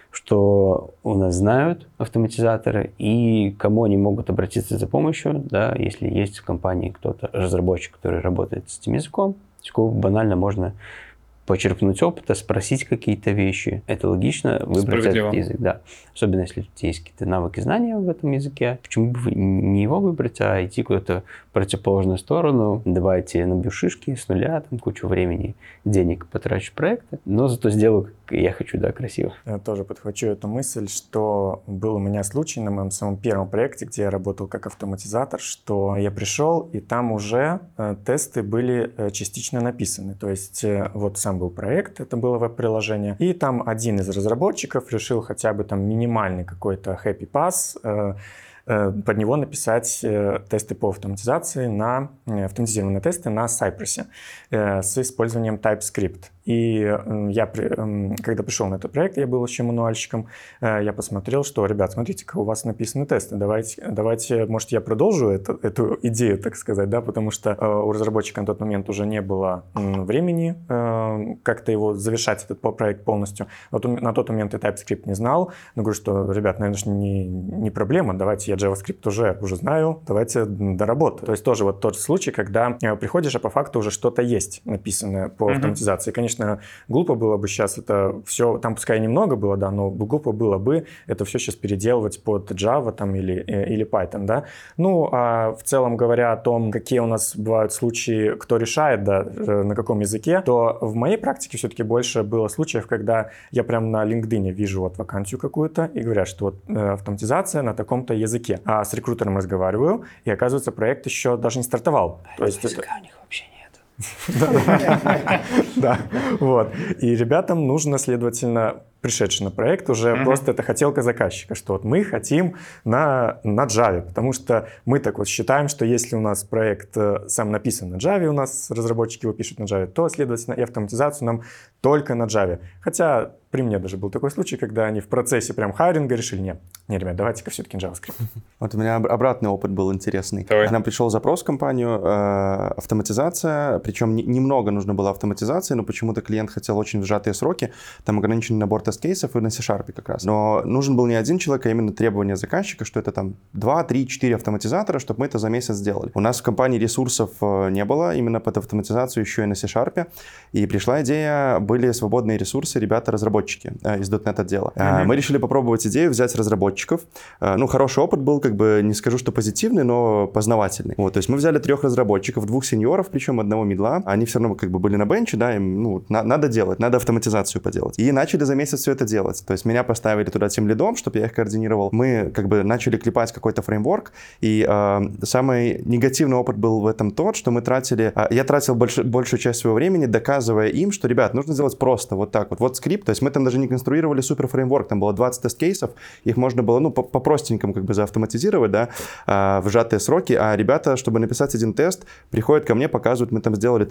B: что у нас знают автоматизаторы и кому они могут обратиться за помощью, да, если есть в компании кто-то, разработчик, который работает с этим языком, с кого банально можно почерпнуть опыта, спросить какие-то вещи. Это логично, выбрать
A: Справедливо.
B: этот язык, да. Особенно если у тебя есть какие-то навыки, знания в этом языке. Почему бы не его выбрать, а идти куда-то в противоположную сторону. Давайте набью шишки с нуля, там кучу времени, денег потрачу в проекты, но зато сделаю, как я хочу, да, красиво.
D: Я тоже подхвачу эту мысль, что был у меня случай на моем самом первом проекте, где я работал как автоматизатор, что я пришел, и там уже э, тесты были э, частично написаны. То есть э, вот сам был проект, это было веб-приложение, и там один из разработчиков решил хотя бы там минимальный какой-то happy pass, э, э, под него написать э, тесты по автоматизации на э, автоматизированные тесты на Cypress э, с использованием TypeScript. И э, я, при- эм, когда пришел на этот проект, я был еще мануальщиком, э, я посмотрел, что, ребят, смотрите-ка, у вас написаны тесты, давайте, давайте, может, я продолжу это- эту идею, так сказать, да, потому что э, у разработчика на тот момент уже не было м, времени э, как-то его завершать, этот по- проект полностью. Вот у м- на тот момент я TypeScript не знал, но говорю, что, ребят, наверное, ж не, не проблема, давайте я JavaScript уже, уже знаю, давайте м, доработаю. То есть тоже вот тот случай, когда э, приходишь, а по факту уже что-то есть написанное по
A: Мгм.
D: автоматизации. Конечно, глупо было бы сейчас это все, там пускай немного было, да, но глупо было бы это все сейчас переделывать под Java там или, э, или Python, да. Ну, а в целом говоря о том, какие у нас бывают случаи, кто решает, да, э, на каком языке, то в моей практике все-таки больше было случаев, когда я прям на LinkedIn вижу вот вакансию какую-то и говорят, что вот э, автоматизация на таком-то языке. А с рекрутером разговариваю, и оказывается, проект еще даже не стартовал. То есть это-
B: Языка у них вообще нет.
D: Да, вот. И ребятам нужно, следовательно, пришедший на проект, уже
A: Мгм.
D: просто это хотелка заказчика, что вот мы хотим на, на Java, потому что мы так вот считаем, что если у нас проект э, сам написан на Java, у нас разработчики его пишут на Java, то, следовательно, и автоматизацию нам только на Java. Хотя при мне даже был такой случай, когда они в процессе прям хайринга решили, не, не, ребят, давайте-ка все-таки JavaScript.
C: Вот у меня об- обратный опыт был интересный.
A: Давай.
C: К нам пришел запрос в компанию, э, автоматизация, причем не- немного нужно было автоматизации, но почему-то клиент хотел очень сжатые сроки, там ограниченный набор тест-кейсов и на C-Sharp как раз. Но нужен был не один человек, а именно требование заказчика, что это там два, три, четыре автоматизатора, чтобы мы это за месяц сделали. У нас в компании ресурсов э, не было именно под автоматизацию еще и на C-Sharp, и пришла идея, были свободные ресурсы, ребята-разработчики э, из .дот нет отдела. Э,
A: Мгм.
C: Мы решили попробовать идею, взять разработчиков. Э, Ну, хороший опыт был, как бы, не скажу, что позитивный, но познавательный. Вот, то есть мы взяли трех разработчиков, двух сеньоров, причем одного мидла. Они все равно как бы были на бенче, да, им, ну, на- надо делать, надо автоматизацию поделать. И начали за месяц все это делать. То есть меня поставили туда тем лидом, чтобы я их координировал. Мы как бы начали клепать какой-то фреймворк. И э, самый негативный опыт был в этом тот, что мы тратили, э, я тратил больш, большую часть своего времени, доказывая им, что, ребят, нужно сделать просто вот так вот. Вот скрипт, то есть мы там даже не конструировали супер фреймворк, там было двадцать тест-кейсов, их можно было, ну, по- по-простенькому как бы заавтоматизировать, да, э, в сжатые сроки, а ребята, чтобы написать один тест, приходят ко мне, показывают, мы там сделали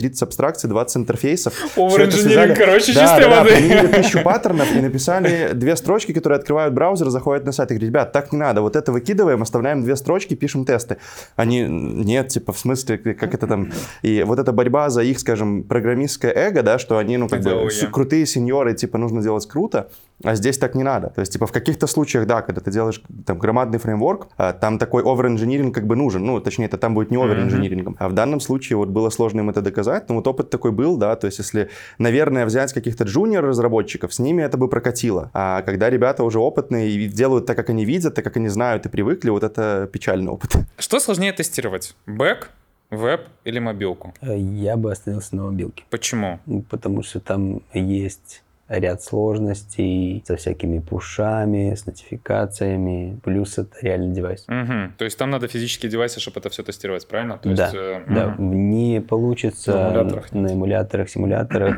C: тридцать абстракций, двадцать интерфейсов.
A: Овер-инжиниринг, короче,
C: да,
A: чистая
C: да,
A: воды.
C: Да, применили тысячу паттернов и написали две строчки, которые открывают браузер, заходят на сайт и говорят, ребят, так не надо, вот это выкидываем, оставляем две строчки, пишем тесты. Они, нет, типа, в смысле, как это там... И вот эта борьба за их, скажем, программистское эго, да, что они, ну, как бы, крутые сеньоры, типа, нужно делать круто, а здесь так не надо. То есть, типа, в каких-то случаях, да, когда ты делаешь там громадный фреймворк, там такой овер-инжиниринг как бы нужен. Ну, точнее, это там будет не овер-инжинирингом. А в данном случае вот было сложно им это доказать, но вот опыт такой был, да, то есть, если, наверное, взять каких-то джуниор-разработчиков, с ними это бы прокатило. А когда ребята уже опытные и делают так, как они видят, так, как они знают и привыкли, вот это печальный опыт.
A: Что сложнее тестировать? Бэк, веб или мобилку?
B: Я бы остановился на мобилке.
A: Почему?
B: Потому что там есть ряд сложностей со всякими пушами, с нотификациями, плюс это реальный девайс.
A: Угу. То есть там надо физические девайсы, чтобы это все тестировать, правильно? То
B: да,
A: есть, э,
B: да.
A: Угу.
B: Не получится
A: на эмуляторах,
B: на эмуляторах, симуляторах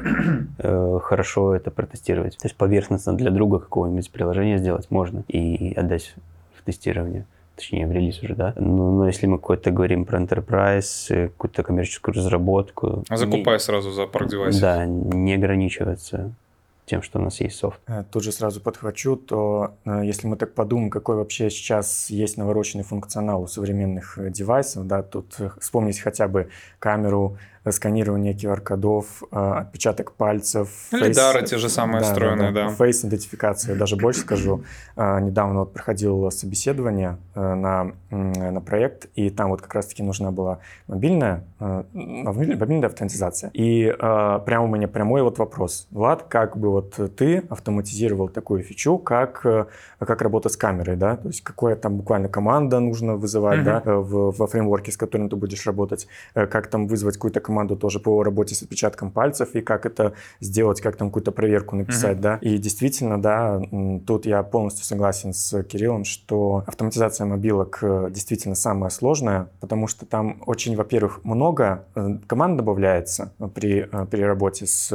B: э, хорошо это протестировать. То есть поверхностно для друга какого-нибудь приложения сделать можно и отдать в тестирование. Точнее, в релиз уже, да. Но, но если мы какой-то говорим про enterprise, какую-то коммерческую разработку...
A: А закупай не, сразу за парк девайсов.
B: Да, не ограничиваться тем, что у нас есть софт.
D: Тут же сразу подхвачу, то если мы так подумаем, какой вообще сейчас есть навороченный функционал у современных девайсов, да, тут вспомнить хотя бы камеру, сканирование ку ар-кодов, отпечаток пальцев.
A: Лидары те же самые да, встроенные, да.
D: да. Фейс-идентификация, даже больше скажу. Недавно вот проходил собеседование на, на проект, и там вот как раз-таки нужна была мобильная, мобильная автоматизация. И прямо у меня прямой вот вопрос. Влад, как бы вот ты автоматизировал такую фичу, как, как работа с камерой, да? То есть какая там буквально команда нужно вызывать, mm-hmm. да, в, во фреймворке, с которым ты будешь работать, как там вызвать какую-то команду тоже по работе с отпечатком пальцев и как это сделать, как там какую-то проверку написать, mm-hmm. да. И действительно, да, тут я полностью согласен с Кириллом, что автоматизация мобилок действительно самая сложная, потому что там очень, во-первых, много команд добавляется при, при работе с,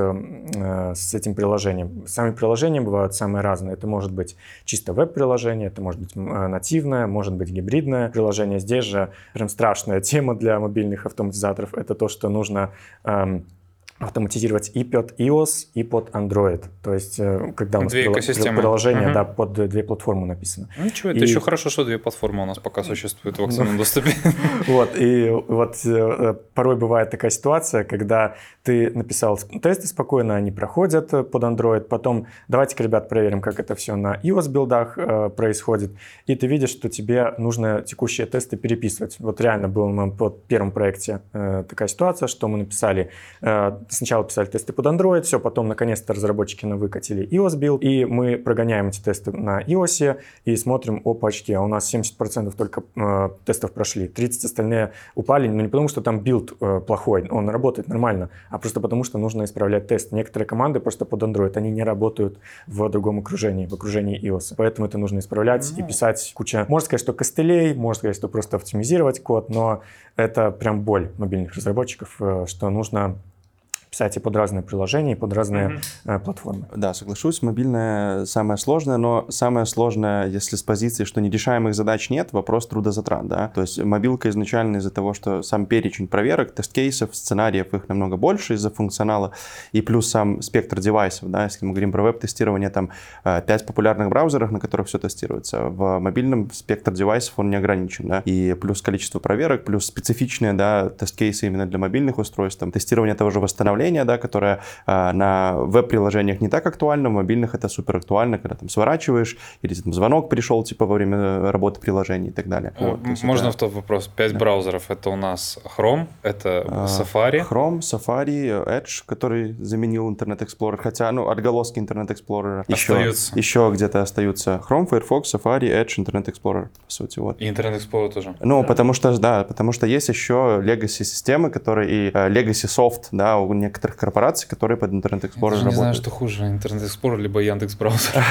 D: с этим приложением. Сами приложения бывают самые разные. Это может быть чисто веб-приложение, это может быть нативное, может быть гибридное приложение. Здесь же прям страшная тема для мобильных автоматизаторов. Это то, что нужно нужно эм, автоматизировать и под iOS, и под Android. То есть, когда у нас
A: две
D: прил- приложение угу. да, под две платформы написано.
A: Ничего, это
D: и...
A: еще хорошо, что две платформы у нас пока существуют в активном доступе.
D: Вот, и вот порой бывает такая ситуация, когда ты написал тесты спокойно, они проходят под Android, потом давайте-ка, ребят, проверим, как это все на iOS-билдах происходит, и ты видишь, что тебе нужно текущие тесты переписывать. Вот реально было на под первом проекте такая ситуация, что мы написали сначала писали тесты под Android, все, потом наконец-то разработчики нам выкатили iOS билд, и мы прогоняем эти тесты на iOS и смотрим, опачки, а у нас семьдесят процентов только э, тестов прошли, тридцать процентов остальные упали, но не потому, что там билд э, плохой, он работает нормально, а просто потому, что нужно исправлять тест. Некоторые команды просто под Android, они не работают в другом окружении, в окружении iOS, поэтому это нужно исправлять mm-hmm. и писать куча, можно сказать, что костылей, можно сказать, что просто оптимизировать код, но это прям боль мобильных разработчиков, э, что нужно писать и под разные приложения, и под разные mm-hmm. платформы.
C: Да, соглашусь, мобильное самое сложное, но самое сложное, если с позиции, что нерешаемых задач нет, вопрос трудозатрат, да. То есть мобилка изначально из-за того, что сам перечень проверок, тест-кейсов, сценариев, их намного больше из-за функционала, и плюс сам спектр девайсов, да, если мы говорим про веб-тестирование, там пять популярных браузеров, на которых все тестируется. В мобильном спектр девайсов, он не ограничен, да, и плюс количество проверок, плюс специфичные, да, тест-кейсы именно для мобильных устройств, там, тестирование того же восстановления, да, которое э, на веб-приложениях не так актуально, в мобильных это супер актуально, когда там сворачиваешь, или там звонок пришел типа во время работы приложений и так далее. Вот,
A: Можно
C: это...
A: в тот вопрос? Пять да. браузеров. Это у нас Chrome, это
C: а,
A: Safari.
C: Chrome, Safari, Edge, который заменил Internet Explorer, хотя, ну, отголоски Internet Explorer еще, еще где-то остаются. Chrome, Firefox, Safari, Edge, Internet Explorer, по сути, вот.
A: И Internet Explorer тоже.
C: Ну, да. потому что, да, потому что есть еще legacy-системы, которые и uh, legacy soft, да, у некоторых корпораций, которые под Internet Explorer работают.
A: Я не знаю, что хуже, Internet Explorer либо Яндекс.Браузер.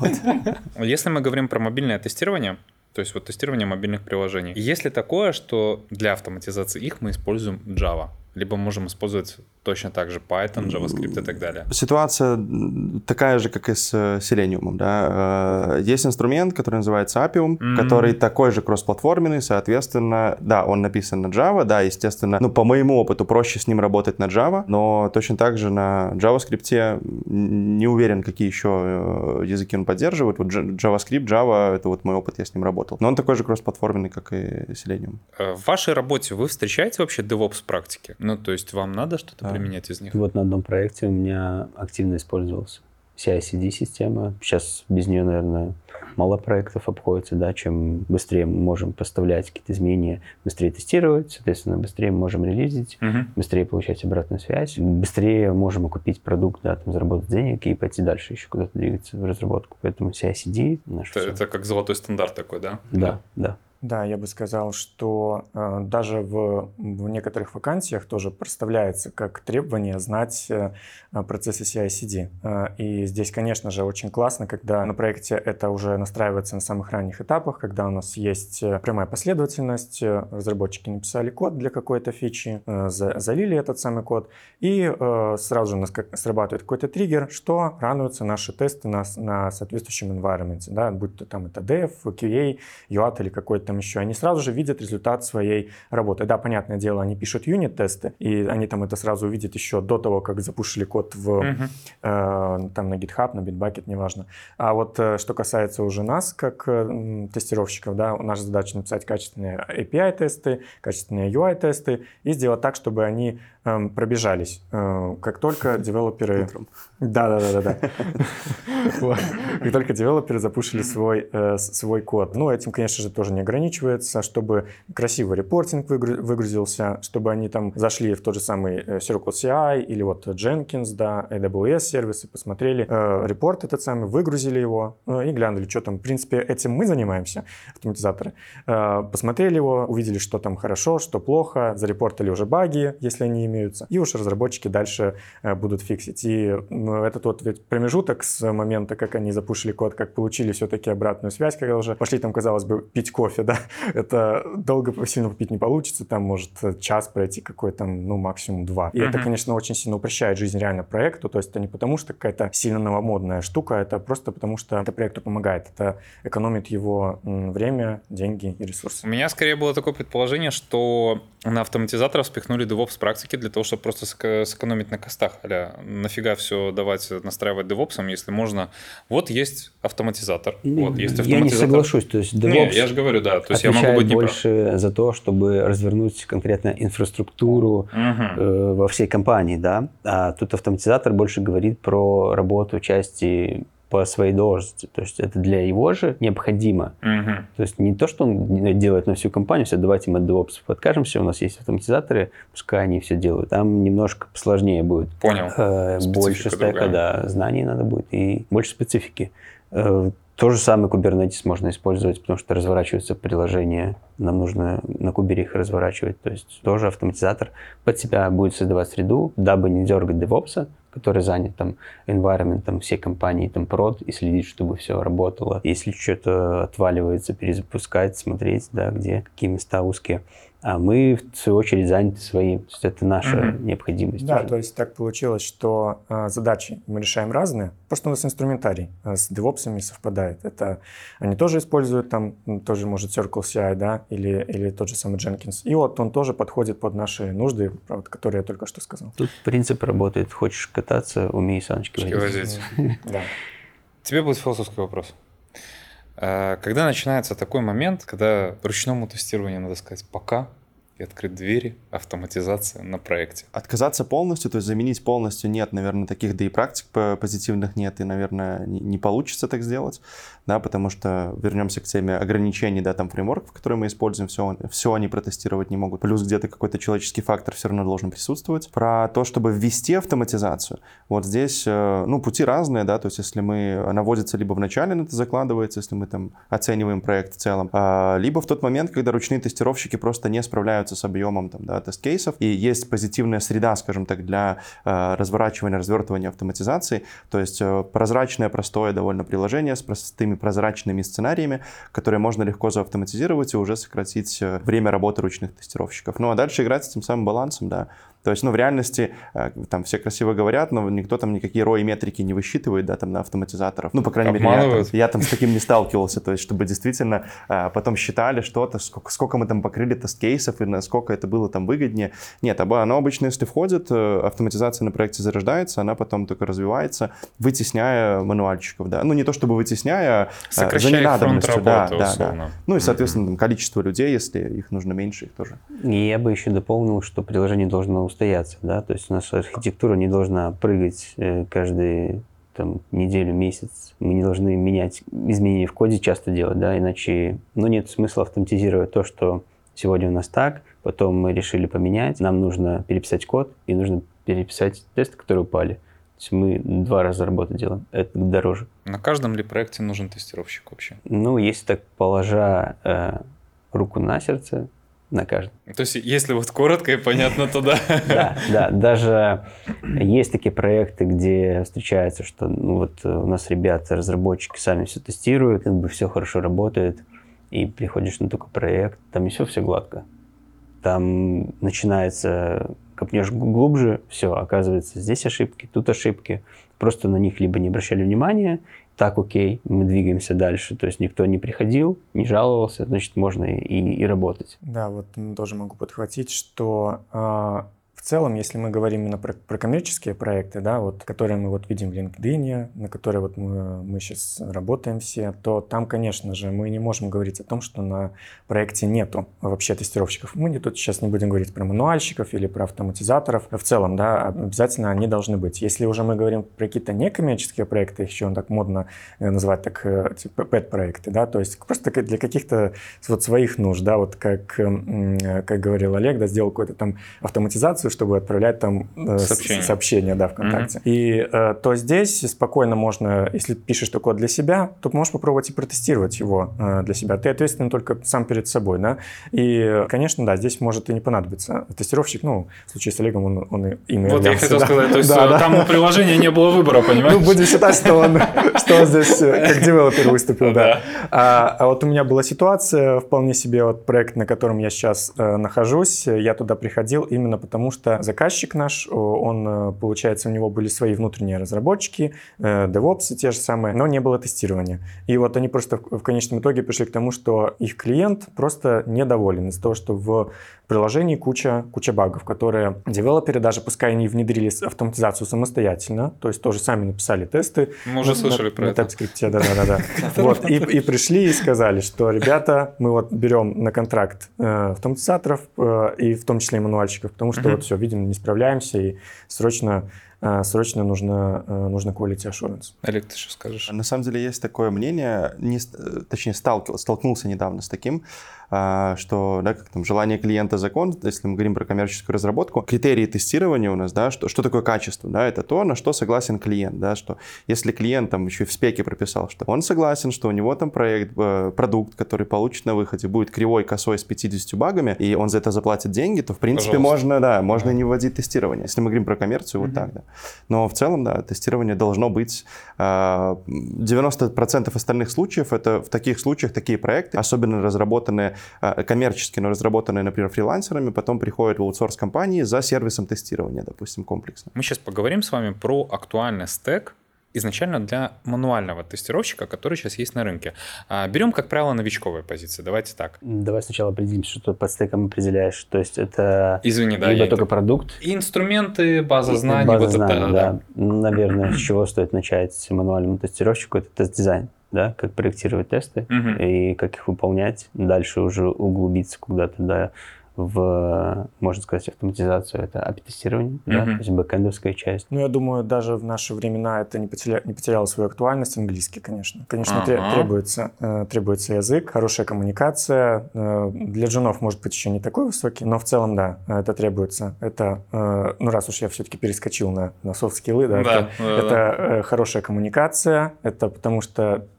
A: Если мы говорим про мобильное тестирование, то есть вот тестирование мобильных приложений, есть ли такое, что для автоматизации их мы используем Java? либо можем использовать точно так же Python, JavaScript и так далее?
C: Ситуация такая же, как и с Selenium. Да? Есть инструмент, который называется Appium, mm-hmm. который такой же кроссплатформенный, соответственно, да, он написан на Java, да, естественно, ну, по моему опыту проще с ним работать на Java, но точно так же на JavaScript не уверен, какие еще языки он поддерживает. Вот JavaScript, Java, это вот мой опыт, я с ним работал. Но он такой же кроссплатформенный, как и Selenium.
A: В вашей работе вы встречаете вообще DevOps практики? Ну, то есть вам надо что-то да. применять из них?
B: Вот на одном проекте у меня активно использовался си ай си ди-система. Сейчас без нее, наверное, мало проектов обходится, да, чем быстрее мы можем поставлять какие-то изменения, быстрее тестировать, соответственно, быстрее мы можем релизить, uh-huh. быстрее получать обратную связь, быстрее можем окупить продукт, да, там, заработать денег и пойти дальше еще куда-то двигаться в разработку. Поэтому си ай си ди...
A: Это, это как золотой стандарт такой, да?
B: Да, да.
D: Да, я бы сказал, что э, даже в, в некоторых вакансиях тоже проставляется как требование знать э, процессы си ай си ди. Э, и здесь, конечно же, очень классно, когда на проекте это уже настраивается на самых ранних этапах, когда у нас есть прямая последовательность, разработчики написали код для какой-то фичи, э, за, залили этот самый код, и э, сразу же у нас как, срабатывает какой-то триггер, что рануются наши тесты на, на соответствующем environment, да, будь то там это dev, кью эй, ю эй ти или какой-то еще, они сразу же видят результат своей работы. Да, понятное дело, они пишут юнит-тесты, и они там это сразу увидят еще до того, как запушили код в, uh-huh. э, там на GitHub, на Bitbucket, неважно. А вот э, что касается уже нас, как э, тестировщиков, да, наша задача написать качественные эй пи ай-тесты, качественные ю ай-тесты и сделать так, чтобы они э, пробежались. Э, как только девелоперы... Да-да-да. Как только девелоперы запушили свой, э, свой код. Ну, этим, конечно же, тоже не ограничивается, чтобы красивый репортинг выгрузился, чтобы они там зашли в тот же самый Circle си ай или вот Jenkins, да, эй дабл ю эс сервисы, посмотрели э, репорт этот самый, выгрузили его э, и глянули, что там. В принципе, этим мы занимаемся, автоматизаторы. Э, посмотрели его, увидели, что там хорошо, что плохо, зарепортили уже баги, если они имеются, и уж разработчики дальше э, будут фиксить. И ну, этот вот ведь промежуток с момента, как они запушили код, как получили все-таки обратную связь, когда уже пошли там, казалось бы, пить кофе, да, это долго сильно попить не получится, там может час пройти какой там, ну, максимум два. И uh-huh. это, конечно, очень сильно упрощает жизнь реально проекту, то есть это не потому, что какая-то сильно новомодная штука, это просто потому, что это проекту помогает, это экономит его время, деньги и ресурсы.
A: У меня скорее было такое предположение, что на автоматизаторов спихнули DevOps практики для того, чтобы просто сэкономить на костах. Аля, нафига все давать, настраивать DevOps, если можно... Вот есть автоматизатор,
B: ну,
A: вот есть
B: автоматизатор. Я не соглашусь, то есть DevOps...
A: Не, я же говорю, да, то есть я могу быть не
B: больше
A: прав.
B: За то, чтобы развернуть конкретно инфраструктуру uh-huh. э, во всей компании, да. А тут автоматизатор больше говорит про работу части по своей должности. То есть это для его же необходимо. Uh-huh. То есть не то, что он делает на всю компанию, все, давайте мы от DevOps откажемся, у нас есть автоматизаторы, пускай они все делают. Там немножко сложнее будет.
A: Понял.
B: Э, больше стека, да, знаний надо будет и больше специфики. Э, То же самое Kubernetes можно использовать, потому что разворачиваются приложения. Нам нужно на кубере их разворачивать. То есть тоже автоматизатор под себя будет создавать среду, дабы не дергать DevOps, который занят там environment всей компании, там прод, и следить, чтобы все работало. Если что-то отваливается, перезапускать, смотреть, да, где, какие места узкие. А мы, в свою очередь, заняты своим. То есть это наша mm-hmm. необходимость.
D: Да,
B: уже.
D: То есть так получилось, что э, задачи мы решаем разные. Просто у нас инструментарий э, с DevOps'ами совпадает. Это они тоже используют, там тоже может Circle си ай, да, или, или тот же самый Jenkins. И вот он тоже подходит под наши нужды, которые я только что сказал.
B: Тут принцип работает. Хочешь кататься, умей саночки
A: возить.
D: Да.
A: Тебе будет философский вопрос. Когда начинается такой момент, когда ручному тестированию надо сказать «пока» и открыть двери, автоматизация на проекте?
C: Отказаться полностью, то есть заменить полностью нет, наверное, таких, да и практик позитивных нет, и, наверное, не получится так сделать, да, потому что вернемся к теме ограничений, да, там фреймворков, которые мы используем, все, все они протестировать не могут, плюс где-то какой-то человеческий фактор все равно должен присутствовать. Про то, чтобы ввести автоматизацию, вот здесь, ну, пути разные, да, то есть если мы, она вводится либо в начале, это закладывается, если мы там оцениваем проект в целом, либо в тот момент, когда ручные тестировщики просто не справляются с объемом там, да, тест-кейсов, и есть позитивная среда, скажем так, для э, разворачивания, развертывания автоматизации, то есть э, прозрачное, простое довольно приложение с простыми прозрачными сценариями, которые можно легко заавтоматизировать и уже сократить э, время работы ручных тестировщиков. Ну а дальше играть с тем самым балансом, да, То есть, ну, в реальности там все красиво говорят, но никто там никакие рой метрики не высчитывает, да, там на автоматизаторов. Ну, по крайней мере, я там, я там с таким не сталкивался. То есть, чтобы действительно потом считали что-то, сколько, сколько мы там покрыли тест-кейсов и насколько это было там выгоднее. Нет, оно обычно, если входит, автоматизация на проекте зарождается, она потом только развивается, вытесняя мануальщиков, да. Ну, не то чтобы вытесняя, а за ненадобностью. Да, да, да. Ну, и, соответственно, там, количество людей, если их нужно меньше, их тоже.
B: И я бы еще дополнил, что приложение должно устояться, да, то есть наша архитектура не должна прыгать каждый там, неделю, месяц. Мы не должны менять изменения в коде, часто делать, да, иначе, ну, нет смысла автоматизировать то, что сегодня у нас так, потом мы решили поменять, нам нужно переписать код и нужно переписать тесты, которые упали. То есть мы два раза работу делаем, это дороже.
A: На каждом ли проекте нужен тестировщик вообще?
B: Ну, если так положа э, руку на сердце, на каждом.
A: То есть, если вот коротко и понятно, то да.
B: Да, да. Даже есть такие проекты, где встречается, что ну, вот у нас ребята, разработчики сами все тестируют, как бы все хорошо работает, и приходишь на такой проект, там не все, все гладко. Там начинается, копнешь глубже, все, оказывается, здесь ошибки, тут ошибки. Просто на них либо не обращали внимания, так, окей, мы двигаемся дальше. То есть никто не приходил, не жаловался, значит, можно и, и работать.
D: Да, вот тоже могу подхватить, что э, в целом, если мы говорим именно про, про коммерческие проекты, да, вот, которые мы вот видим в LinkedIn, на которые вот мы, мы сейчас работаем все, то там, конечно же, мы не можем говорить о том, что на проекте нету вообще тестировщиков. Мы не тут сейчас не будем говорить про мануальщиков или про автоматизаторов. В целом, да, обязательно они должны быть. Если уже мы говорим про какие-то некоммерческие проекты, еще он так модно называть, так, типа пэт-проекты, да, то есть просто для каких-то вот своих нужд, да, вот как, как говорил Олег, да, сделал какую-то там автоматизацию, чтобы отправлять там сообщения, сообщения да, ВКонтакте. Mm-hmm. И э, то здесь спокойно можно, если пишешь такое для себя, то можешь попробовать и протестировать его э, для себя. Ты ответственен только сам перед собой, да. И, конечно, да, здесь может и не понадобиться тестировщик, ну, в случае с Олегом он, он им
A: Вот
D: являлся,
A: я хотел
D: да.
A: сказать, то есть
D: да,
A: там
D: да.
A: у приложения не было выбора, понимаешь?
D: Ну, будем считать, что он, что он здесь как девелопер выступил, да. А, а вот у меня была ситуация, вполне себе вот проект, на котором я сейчас э, нахожусь, я туда приходил именно потому, что заказчик наш, он, получается, у него были свои внутренние разработчики, DevOps те же самые, но не было тестирования. И вот они просто в конечном итоге пришли к тому, что их клиент просто недоволен из-за того, что в приложении куча, куча багов, которые девелоперы, даже пускай они внедрили автоматизацию самостоятельно, то есть тоже сами написали тесты.
A: Мы уже
D: на,
A: слышали
D: на,
A: про
D: на
A: это.
D: TypeScript, да-да-да. Вот, и, и пришли и сказали, что, ребята, мы вот берем на контракт э, автоматизаторов, э, и в том числе и мануальщиков, потому что uh-huh. вот все, видим, не справляемся, и срочно, э, срочно нужно, э, нужно quality assurance.
A: Олег, ты что скажешь?
C: На самом деле есть такое мнение, не, точнее сталкивался, столкнулся недавно с таким, что, да, как там, желание клиента закон, если мы говорим про коммерческую разработку, критерии тестирования у нас, да, что, что такое качество, да, это то, на что согласен клиент, да, что если клиент там еще и в спеке прописал, что он согласен, что у него там проект, продукт, который получит на выходе, будет кривой, косой с пятьюдесятью багами, и он за это заплатит деньги, то в принципе
A: Пожалуйста.
C: можно, да, можно
A: Да.
C: не вводить тестирование, если мы говорим про коммерцию, mm-hmm. вот так, да. Но в целом, да, тестирование должно быть, девяносто процентов остальных случаев, это в таких случаях такие проекты, особенно разработанные коммерческие, но разработанные, например, фрилансерами, потом приходят в аутсорс-компании за сервисом тестирования, допустим, комплексно.
A: Мы сейчас поговорим с вами про актуальный стек изначально для мануального тестировщика, который сейчас есть на рынке. Берем, как правило, новичковые позиции. Давайте так.
B: Давай сначала определимся, что под стеком определяешь. То есть это
A: Извини, да,
B: либо
A: я
B: только
A: это...
B: продукт.
A: Инструменты, база знаний.
B: База
A: вот
B: знаний,
A: это,
B: да.
A: да.
B: Наверное, с чего стоит начать мануальному тестировщику, это тест-дизайн. Да, как проектировать тесты
A: uh-huh.
B: и как их выполнять. Дальше уже углубиться куда-то, да, в, можно сказать, автоматизацию. Это эй пи ай-тестирование, uh-huh. да, то есть бэкэндовская часть.
D: Ну, я думаю, даже в наши времена это не, потеря... не потеряло свою актуальность. Английский, конечно. Конечно,
A: uh-huh.
D: требуется, э, требуется язык, хорошая коммуникация. Э, для джунов, может быть, еще не такой высокий, но в целом, да, это требуется. Это, э, ну, раз уж я все-таки перескочил на, на софт-скиллы, да,
A: да,
D: это,
A: да,
D: это
A: да.
D: Э, хорошая коммуникация, это потому что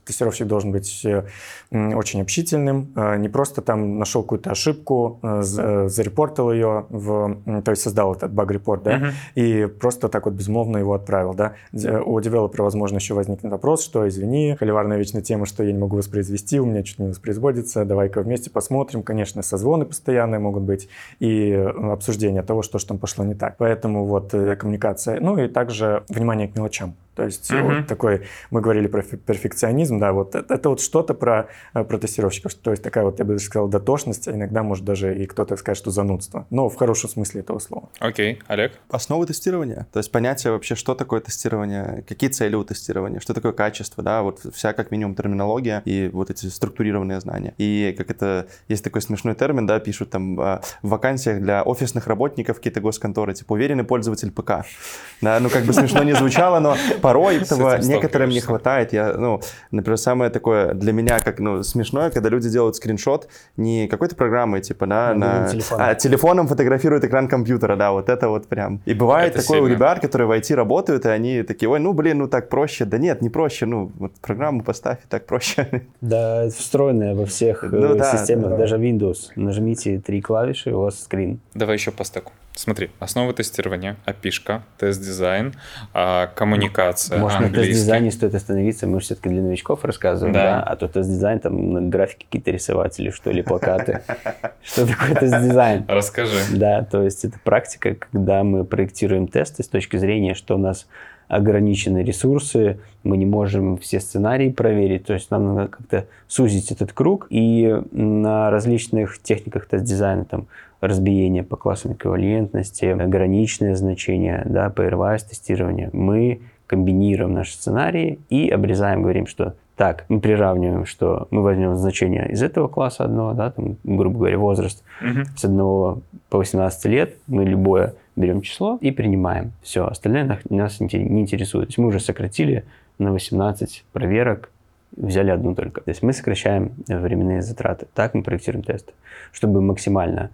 D: тестировщик должен быть очень общительным, не просто там нашел какую-то ошибку, зарепортил ее, в, то есть создал этот баг-репорт, да, uh-huh. и просто так вот безмолвно его отправил, да. У девелопера, возможно, еще возникнет вопрос, что, извини, холиварная вечная тема, что я не могу воспроизвести, у меня что-то не воспроизводится, давай-ка вместе посмотрим. Конечно, созвоны постоянные могут быть и обсуждение того, что же там пошло не так. Поэтому вот коммуникация, ну и также внимание к мелочам. То есть uh-huh. вот такой, мы говорили про перфекционизм, да, вот это, это вот что-то про, про тестировщиков, то есть такая вот, я бы даже сказал, дотошность, а иногда может даже и кто-то сказать, что занудство, но в хорошем смысле этого слова.
A: Окей, okay. Олег?
C: Основы тестирования, то есть понятие вообще, что такое тестирование, какие цели у тестирования, что такое качество, да, вот вся как минимум терминология и вот эти структурированные знания. И как это, есть такой смешной термин, да, пишут там в вакансиях для офисных работников какие-то госконторы, типа уверенный пользователь ПК. Да, ну как бы смешно не звучало, но порой этого некоторым не хватает. Я, ну, например, самое такое для меня как ну, смешное, когда люди делают скриншот не какой-то программой, типа, да, на, телефоном. А телефоном фотографируют экран компьютера, да, вот это вот прям. И бывает это такое сильно. У ребят, которые в ай ти работают, и они такие, ой, ну, блин, ну так проще. Да нет, не проще, ну, вот программу поставь, и так проще.
B: Да, встроенная во всех ну, да, системах, да. Даже Windows. Нажмите три клавиши, у вас скрин.
A: Давай еще по стеку. Смотри, основы тестирования, эй пи ай-шка, тест-дизайн, коммуникация,
B: Может,
A: английский.
B: на тест-дизайне стоит остановиться, мы же все-таки для новичков рассказываем, да, да? А то тест-дизайн, там графики какие-то рисовать или что, или плакаты. Что такое тест-дизайн?
A: Расскажи.
B: Да, то есть это практика, когда мы проектируем тесты с точки зрения, что у нас ограничены ресурсы, мы не можем все сценарии проверить, то есть нам надо как-то сузить этот круг, и на различных техниках тест-дизайна, там, разбиение по классам эквивалентности, ограниченное значение, да, pairwise тестирование, мы комбинируем наши сценарии и обрезаем, говорим, что так, мы приравниваем, что мы возьмем значение из этого класса одного, да, там, грубо говоря, возраст uh-huh. с одного по восемнадцать лет, мы любое берем число и принимаем. Все, остальное нас не интересует. То есть мы уже сократили на восемнадцать проверок, взяли одну только. То есть мы сокращаем временные затраты. Так мы проектируем тесты, чтобы максимально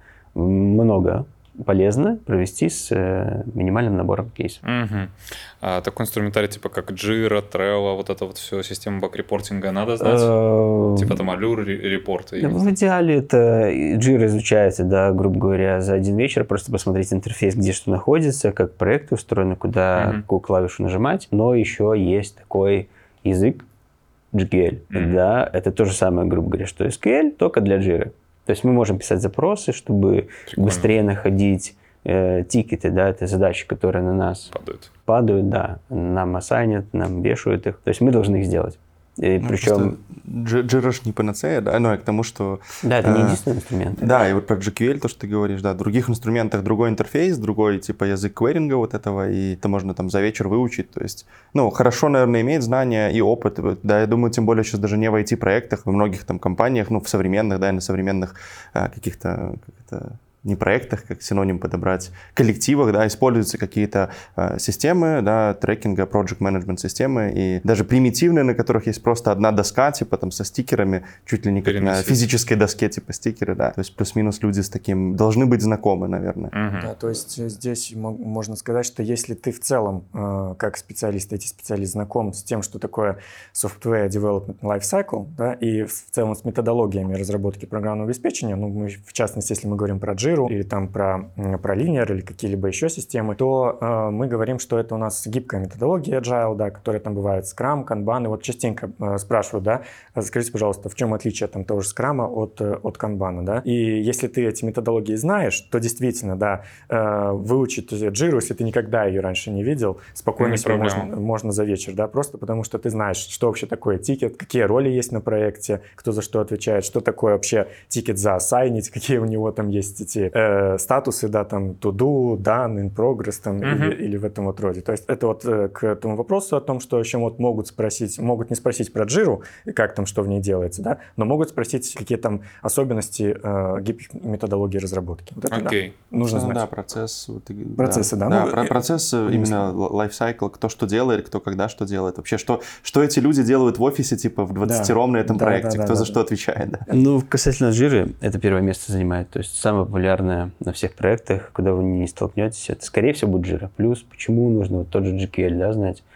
B: много полезно провести с э, минимальным набором кейсов.
A: Угу. А такой инструментарий, типа как Jira, Trello, вот это вот все, система баг-репортинга надо знать? Типа там Allure репорты?
B: В идеале это Jira изучается, да, грубо говоря, за один вечер. Просто посмотреть интерфейс, где что находится, как проекты устроены, куда угу. какую клавишу нажимать. Но еще есть такой язык джи кью эль. Mm-hmm. Да, это то же самое, грубо говоря, что эс кью эль, только для Jira. То есть мы можем писать запросы, чтобы Прикольно. Быстрее находить э, тикеты, да, это задачи, которые на нас
A: падают.
B: Падают, да, нам ассайнят, нам вешают их. То есть мы должны их сделать. И
C: ну,
B: причем...
C: Jira ж не панацея, да, но и к тому, что...
B: Да, это не единственный инструмент.
C: Да, и вот про джи кью эль, то, что ты говоришь, да, в других инструментах другой интерфейс, другой типа язык кверинга вот этого, и это можно там за вечер выучить, то есть, ну, хорошо, наверное, иметь знания и опыт, да, я думаю, тем более сейчас даже не в ай ти-проектах, во многих там компаниях, ну, в современных, да, и на современных а, каких-то... Как-то, не проектах, как синоним подобрать, коллективах, да, используются какие-то э, системы, да, трекинга, project management системы, и даже примитивные, на которых есть просто одна доска, типа там со стикерами, чуть ли не как на физической доске, типа стикеры, да, то есть плюс-минус люди с таким должны быть знакомы, наверное.
D: Uh-huh. Да, то есть здесь можно сказать, что если ты в целом, э, как специалист, ай ти-специалист, знаком с тем, что такое software development lifecycle, да, и в целом с методологиями разработки программного обеспечения, ну, мы, в частности, если мы говорим про Jira, или там про, про Linear или какие-либо еще системы, то э, мы говорим, что это у нас гибкая методология Agile, да, которая там бывает Scrum, Kanban, и вот частенько э, спрашивают, да, скажите, пожалуйста, в чем отличие там того же Scrum от, от Kanban, да, и если ты эти методологии знаешь, то действительно, да, э, выучить Jira, если ты никогда ее раньше не видел, спокойно себе можно, можно за вечер, да, просто потому что ты знаешь, что вообще такое тикет, какие роли есть на проекте, кто за что отвечает, что такое вообще тикет заассайнить, какие у него там есть эти э, статусы, да, там, to do, done, in progress, там, uh-huh. или, или в этом вот роде. То есть это вот э, к этому вопросу о том, что еще вот могут спросить, могут не спросить про Jira, и как там, что в ней делается, да, но могут спросить, какие там особенности э, гибких методологий разработки. Вот это,
A: okay.
D: да, нужно знать.
C: Да, процесс. Вот,
D: Процессы, да.
C: Да,
D: ну,
C: про- процесс, э, именно lifecycle, кто что делает, кто когда что делает. Вообще, что, что эти люди делают в офисе, типа, в двадцатером да. на этом да, проекте, да, да, кто да, за да. что отвечает. Да.
B: Ну, касательно Jira, это первое место занимает. То есть самое популярное на всех проектах, куда вы не столкнетесь, это, скорее всего, будет Jira. Плюс, почему нужно вот тот же джи кью эль, да, знать?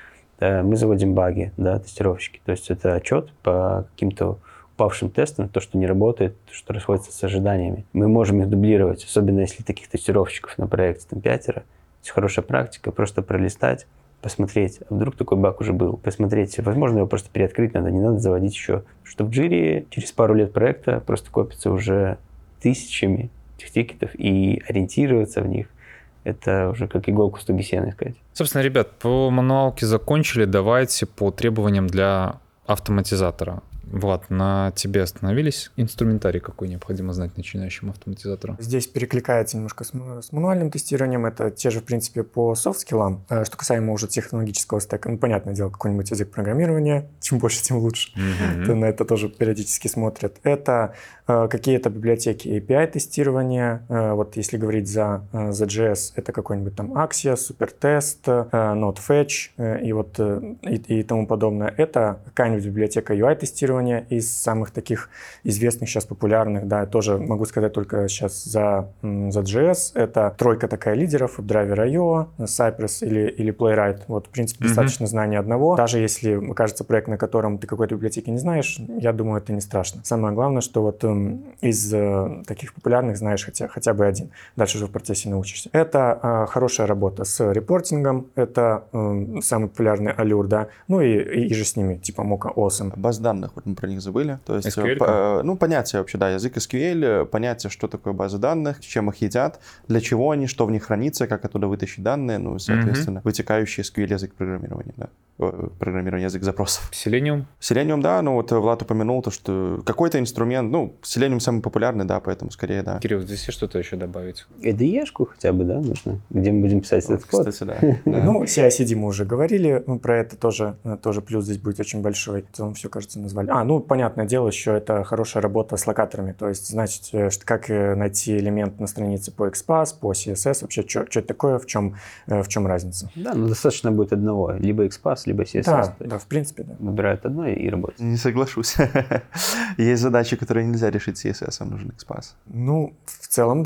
B: это мы заводим баги, да, тестировщики. То есть это отчет по каким-то упавшим тестам, то, что не работает, то, что расходится с ожиданиями. Мы можем их дублировать, особенно если таких тестировщиков на проекте там пятеро. Это хорошая практика, просто пролистать, посмотреть, а вдруг такой баг уже был, посмотреть, возможно, его просто переоткрыть надо, не надо заводить еще. Что в Jira через пару лет проекта просто копится уже тысячами этих тикетов, и ориентироваться в них — это уже как иголку в стоге сена искать.
A: Собственно, ребят, по мануалке закончили, давайте по требованиям для автоматизатора. Влад, на тебе остановились? Инструментарий какой необходимо знать начинающему автоматизатору?
D: Здесь перекликается немножко с, с мануальным тестированием. Это те же, в принципе, по софт-скиллам. Что касаемо уже технологического стека, ну, понятное дело, какой-нибудь язык программирования. Чем больше, тем лучше. Mm-hmm. На это тоже периодически смотрят. Это э, какие-то библиотеки эй пи ай-тестирования. Э, вот если говорить за, э, за джей эс, это какой-нибудь там Axia, SuperTest, э, NodeFetch э, и, вот, э, и, и тому подобное. Это какая-нибудь библиотека ю ай-тестирования из самых таких известных сейчас популярных, да, тоже могу сказать только сейчас за, за джей эс. Это тройка такая лидеров: WebDriver точка ай о, Cypress или, или Playwright. Вот, в принципе, mm-hmm. достаточно знания одного. Даже если окажется проект, на котором ты какой-то библиотеки не знаешь, я думаю, это не страшно. Самое главное, что вот эм, из э, таких популярных знаешь хотя, хотя бы один. Дальше уже в процессе научишься. Это э, хорошая работа с репортингом, это э, самый популярный Allure, да, ну и, и, и же с ними, типа Mocha Awesome.
C: Баз данных, вот мы про них забыли. То есть,
A: эс кью эль?
C: по, ну, понятие вообще, да, язык эс кью эль, понятие, что такое базы данных, чем их едят, для чего они, что в них хранится, как оттуда вытащить данные, ну, соответственно, mm-hmm. вытекающий эс кью эль язык программирования, да, программирование язык запросов.
A: Selenium?
C: Selenium, да, ну, вот Влад упомянул то, что какой-то инструмент, ну, Selenium самый популярный, да, поэтому скорее, да.
A: Кирилл, здесь что-то еще добавить?
B: ай ди и-шку хотя бы, да, нужно, где мы будем писать этот код.
C: Кстати, да.
D: Ну, си ай си ди мы уже говорили, про это тоже, тоже плюс здесь будет очень большой. В целом все, кажется, назвали. А, ну, понятное дело, еще это хорошая работа с локаторами, то есть, значит, как найти элемент на странице по экспас, по си эс эс, вообще, что, что это такое, в чем, в чем разница.
B: Да, ну, достаточно будет одного, либо экспас, либо си эс эс.
D: Да, да, в принципе, да.
B: Выбирают одно и работают.
C: Не соглашусь. Есть задачи, которые нельзя решить си эс эс, нужен экспас.
D: Ну, в целом,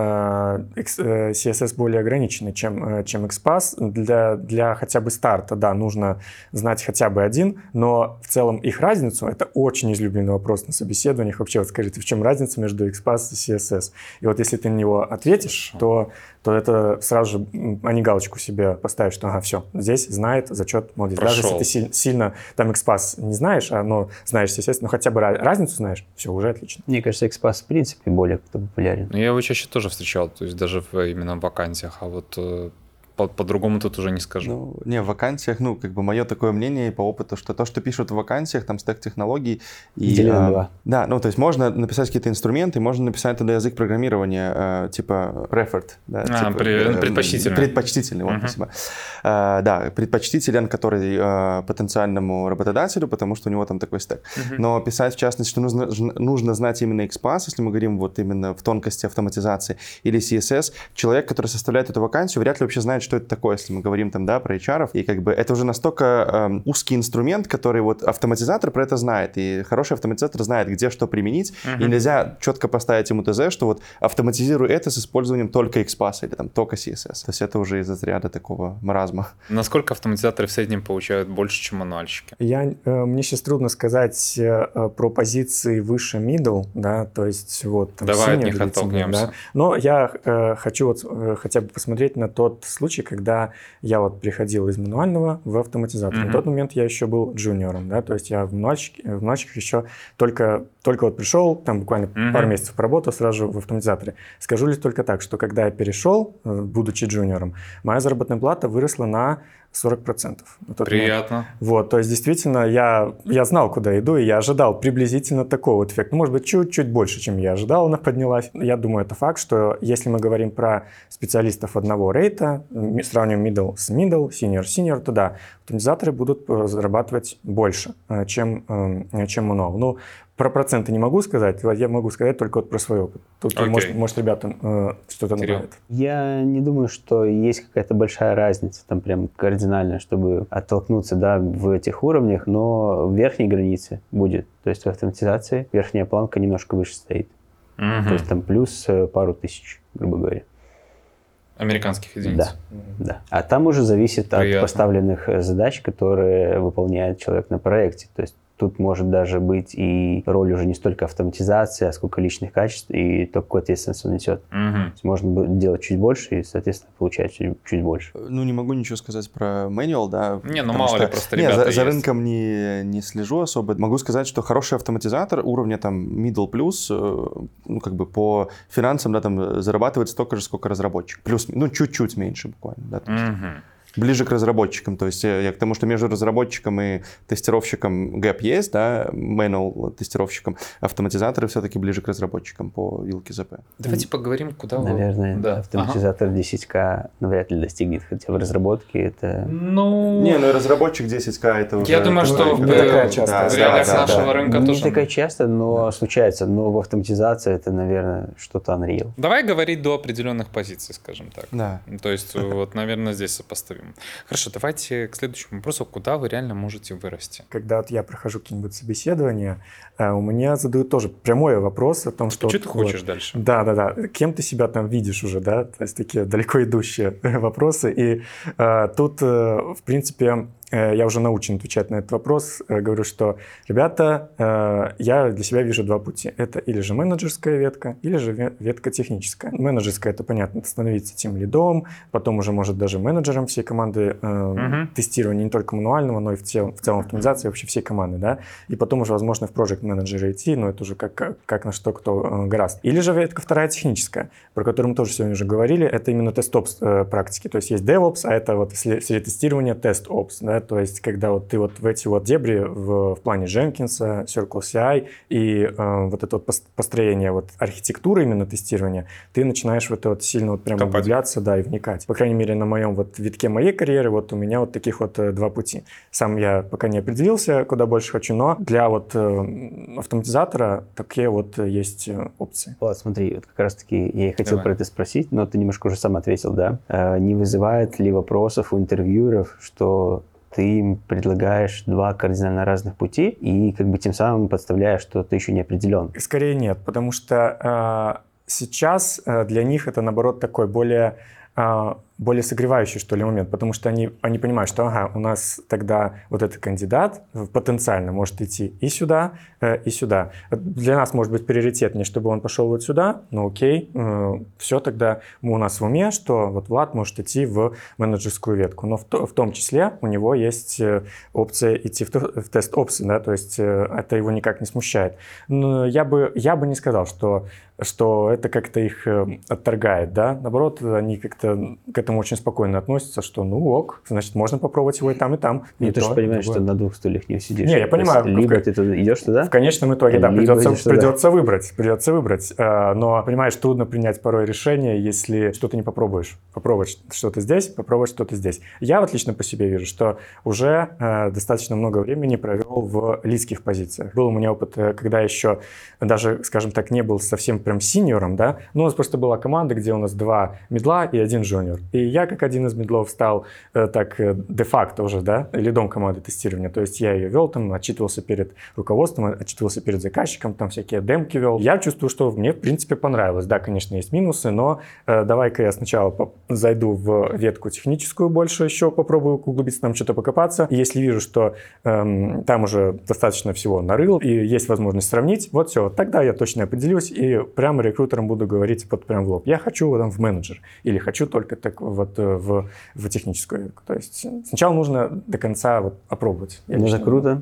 D: да. си эс эс более ограниченный, чем, чем экспас. Для, для хотя бы старта, да, нужно знать хотя бы один, но в целом их разницу — это очень излюбленный вопрос на собеседованиях. Вообще, вот скажите, в чем разница между экспас и си эс эс? И вот если ты на него ответишь, то, то это сразу же они галочку себе поставят, что ага, все, здесь знает, зачет, молодец.
A: Прошел.
D: Даже если ты сильно, сильно там экспас не знаешь, а, но знаешь си эс эс, но хотя бы разницу знаешь, все, уже отлично.
B: Мне кажется, экспас в принципе более популярен.
A: Ну, я его чаще тоже встречал, то есть даже в, именно в вакансиях, а вот по- по-другому тут уже не скажу.
C: Ну, не, в вакансиях, ну, как бы мое такое мнение по опыту, что то, что пишут в вакансиях, там стек технологий. И,
B: Делено
C: а,
B: два.
C: Да, ну, то есть можно написать какие-то инструменты, можно написать туда язык программирования, а, типа preferred. Да,
A: А,
C: типа,
A: при-
C: э,
A: предпочтительный.
C: Предпочтительный, вот,
A: Мгм.
C: спасибо. А, да, предпочтителен, который а, потенциальному работодателю, потому что у него там такой стек.
A: Мгм.
C: Но писать, в частности, что нужно, ж- нужно знать именно экспас, если мы говорим вот именно в тонкости автоматизации, или си эс эс, человек, который составляет эту вакансию, вряд ли вообще знает, что это такое, если мы говорим там, да, про эйч ар, и как бы это уже настолько эм, узкий инструмент, который вот автоматизатор про это знает, и хороший автоматизатор знает, где что применить,
A: Мгм.
C: и нельзя четко поставить ему ТЗ, что вот автоматизируй это с использованием только экспаса или там только си эс эс. То есть это уже из разряда такого маразма.
A: Насколько автоматизаторы в среднем получают больше, чем мануальщики?
D: Я, э, мне сейчас трудно сказать э, про позиции выше middle, да, то есть вот там
A: Давай от
D: senior
A: них
D: или senior,
A: оттолкнемся.
D: да. Но я э, хочу вот э, хотя бы посмотреть на тот случай, когда я вот приходил из мануального в автоматизатор.
A: Мгм.
D: На тот момент я еще был джуниором, да, то есть я в мануальщике, в мануальщиках еще только, только вот пришел, там буквально
A: Мгм.
D: пару месяцев поработал сразу же в автоматизаторе. Скажу лишь только так, что когда я перешел, э, будучи джуниором, моя заработная плата выросла на сорок процентов. На тот момент.
A: Приятно.
D: Вот, то есть действительно я, я знал, куда иду, и я ожидал приблизительно такого вот эффекта. Ну, может быть, чуть-чуть больше, чем я ожидал, она поднялась. Я думаю, это факт, что если мы говорим про специалистов одного рейта, м- сравниваем middle с middle, senior с senior, то да, автоматизаторы будут э, зарабатывать больше, э, чем, э, чем мануал. Ну, про проценты не могу сказать, я могу сказать только вот про свой опыт. Тут,
A: Окей.
D: может, может, ребята э, что-то
A: Кирилл.
D: добавят.
B: Я не думаю, что есть какая-то большая разница, там прям кардинальная, чтобы оттолкнуться, да, в этих уровнях, но в верхней границе будет. То есть в автоматизации верхняя планка немножко выше стоит.
A: Мгм.
B: То есть там плюс э, пару тысяч, грубо говоря.
A: Американских единиц.
B: Да, да. А там уже зависит
A: Приятно.
B: от поставленных задач, которые выполняет человек на проекте. То есть тут может даже быть и роль уже не столько автоматизации, а сколько личных качеств и то, какую ответственность он несет.
A: Угу.
B: То есть можно будет делать чуть больше и, соответственно, получать чуть, чуть больше.
C: Ну, не могу ничего сказать про manual, да.
A: Не, ну
C: потому
A: мало
C: что-
A: ли, просто
C: не,
A: ребята
C: за, за
A: есть.
C: рынком не, не слежу особо. Могу сказать, что хороший автоматизатор уровня там middle plus, э, ну, как бы по финансам, да, там зарабатывает столько же, сколько разработчик. Плюс, ну, чуть-чуть меньше буквально, да. то есть
A: Угу.
C: ближе к разработчикам. То есть я, я к тому, что между разработчиком и тестировщиком гэп есть, да, manual тестировщиком, автоматизаторы все-таки ближе к разработчикам по вилке ЗП.
A: Давайте поговорим, куда вы...
B: Наверное,
A: Да.
B: автоматизатор десять ка навряд ли достигнет, хотя в разработке это...
A: Ага. Ну...
C: Не, ну и разработчик десять ка это уже...
A: Я думаю,
C: такой,
A: что
C: как
A: в,
C: бы-
D: не такая частая
A: в реалиях
C: да, да,
A: нашего
C: да.
A: рынка
B: не
A: тоже...
B: такая часто, но случается. Но в автоматизации это, наверное, что-то unreal.
A: Давай говорить до определенных позиций, скажем так.
C: Да.
A: То есть, вот, наверное, здесь сопоставим. Хорошо, давайте к следующему вопросу. Куда вы реально можете вырасти?
D: Когда вот я прохожу какие-нибудь собеседования, э, у меня задают тоже прямой вопрос о том, что...
A: Что ты
D: вот-
A: хочешь дальше?
D: Да, да, да. Кем ты себя там видишь уже, да? То есть такие далеко идущие вопросы. И э, тут, э, в принципе, э, я уже научен отвечать на этот вопрос. Э, говорю, что, ребята, э, я для себя вижу два пути. Это или же менеджерская ветка, или же ве- ветка техническая. Менеджерская, это понятно, это становиться тим-лидом, потом уже, может, даже менеджером всей команды э,
A: Мгм.
D: тестирования не только мануального, но и в целом, в целом автоматизации вообще всей команды, да. И потом уже, возможно, в проект менеджеры идти, но это уже как, как, как на что кто э, гораст. Или же ветка вторая техническая, про которую мы тоже сегодня уже говорили, это именно тест-опс э, практики. То есть есть DevOps, а это вот сле- среди тестирования тест-опс, да, то есть когда вот ты вот в эти вот дебри в, в плане Jenkins, Circle си ай и э, вот это вот пос- построение вот архитектуры именно тестирования, ты начинаешь в это вот сильно вот прямо
A: Копать.
D: углубляться, да, и вникать. По крайней мере, на моем вот витке моей карьеры вот у меня вот таких вот э, два пути. Сам я пока не определился, куда больше хочу, но для вот э, автоматизатора такие вот э, есть э, опции.
B: Влад, смотри, вот как раз-таки я и хотел
A: Давай.
B: про это спросить, но ты немножко уже сам ответил, да? Э, Не вызывает ли вопросов у интервьюеров, что ты им предлагаешь два кардинально разных пути и как бы тем самым подставляешь, что ты еще не определен?
D: Скорее нет, потому что э, сейчас э, для них это, наоборот, такой более, э, более согревающий, что ли, момент, потому что они, они понимают, что, ага, у нас тогда вот этот кандидат потенциально может идти и сюда, э, и сюда. Для нас может быть приоритетнее, чтобы он пошел вот сюда, ну окей, э, все тогда у нас в уме, что вот Влад может идти в менеджерскую ветку, но в, то, в том числе у него есть э, опция идти в, то- в тест-опсы, да, то есть э, это его никак не смущает. Но я бы, я бы не сказал, что что это как-то их э, отторгает, да, наоборот, они как-то к этому очень спокойно относятся, что ну ок, значит, можно попробовать его и там, и там.
B: Ну,
D: и
B: ты
D: то,
B: же понимаешь,
D: и другое.
B: что на двух стульях не сидишь.
D: Не, я
B: То есть
D: понимаю,
B: либо
D: как-
B: ты туда идешь туда,
D: В конечном итоге, да,
B: Либо
D: придется,
B: идешь туда.
D: придется выбрать, придется выбрать. Э, Но, понимаешь, трудно принять порой решение, если что-то не попробуешь. Попробовать что-то здесь, попробовать что-то здесь. Я вот лично по себе вижу, что уже э, достаточно много времени провел в лидских позициях. Был у меня опыт, э, когда еще даже, скажем так, не был совсем прям синьором, да, но у нас просто была команда, где у нас два медла и один джуниор. И я, как один из медлов, стал э, так э, де-факто уже, да, лидом команды тестирования. То есть я ее вел, там, отчитывался перед руководством, отчитывался перед заказчиком, там всякие демки вел. Я чувствую, что мне, в принципе, понравилось. Да, конечно, есть минусы, но э, давай-ка я сначала по- зайду в ветку техническую больше еще, попробую углубиться, там что-то покопаться. И если вижу, что эм, там уже достаточно всего нарыл и есть возможность сравнить, вот все, тогда я точно определюсь и прямо рекрутерам буду говорить вот прям в лоб. Я хочу вот там в менеджер или хочу только так вот э, в, в техническую ветку. То есть сначала нужно до конца вот опробовать. Я
B: ну, это
D: лично-
B: круто.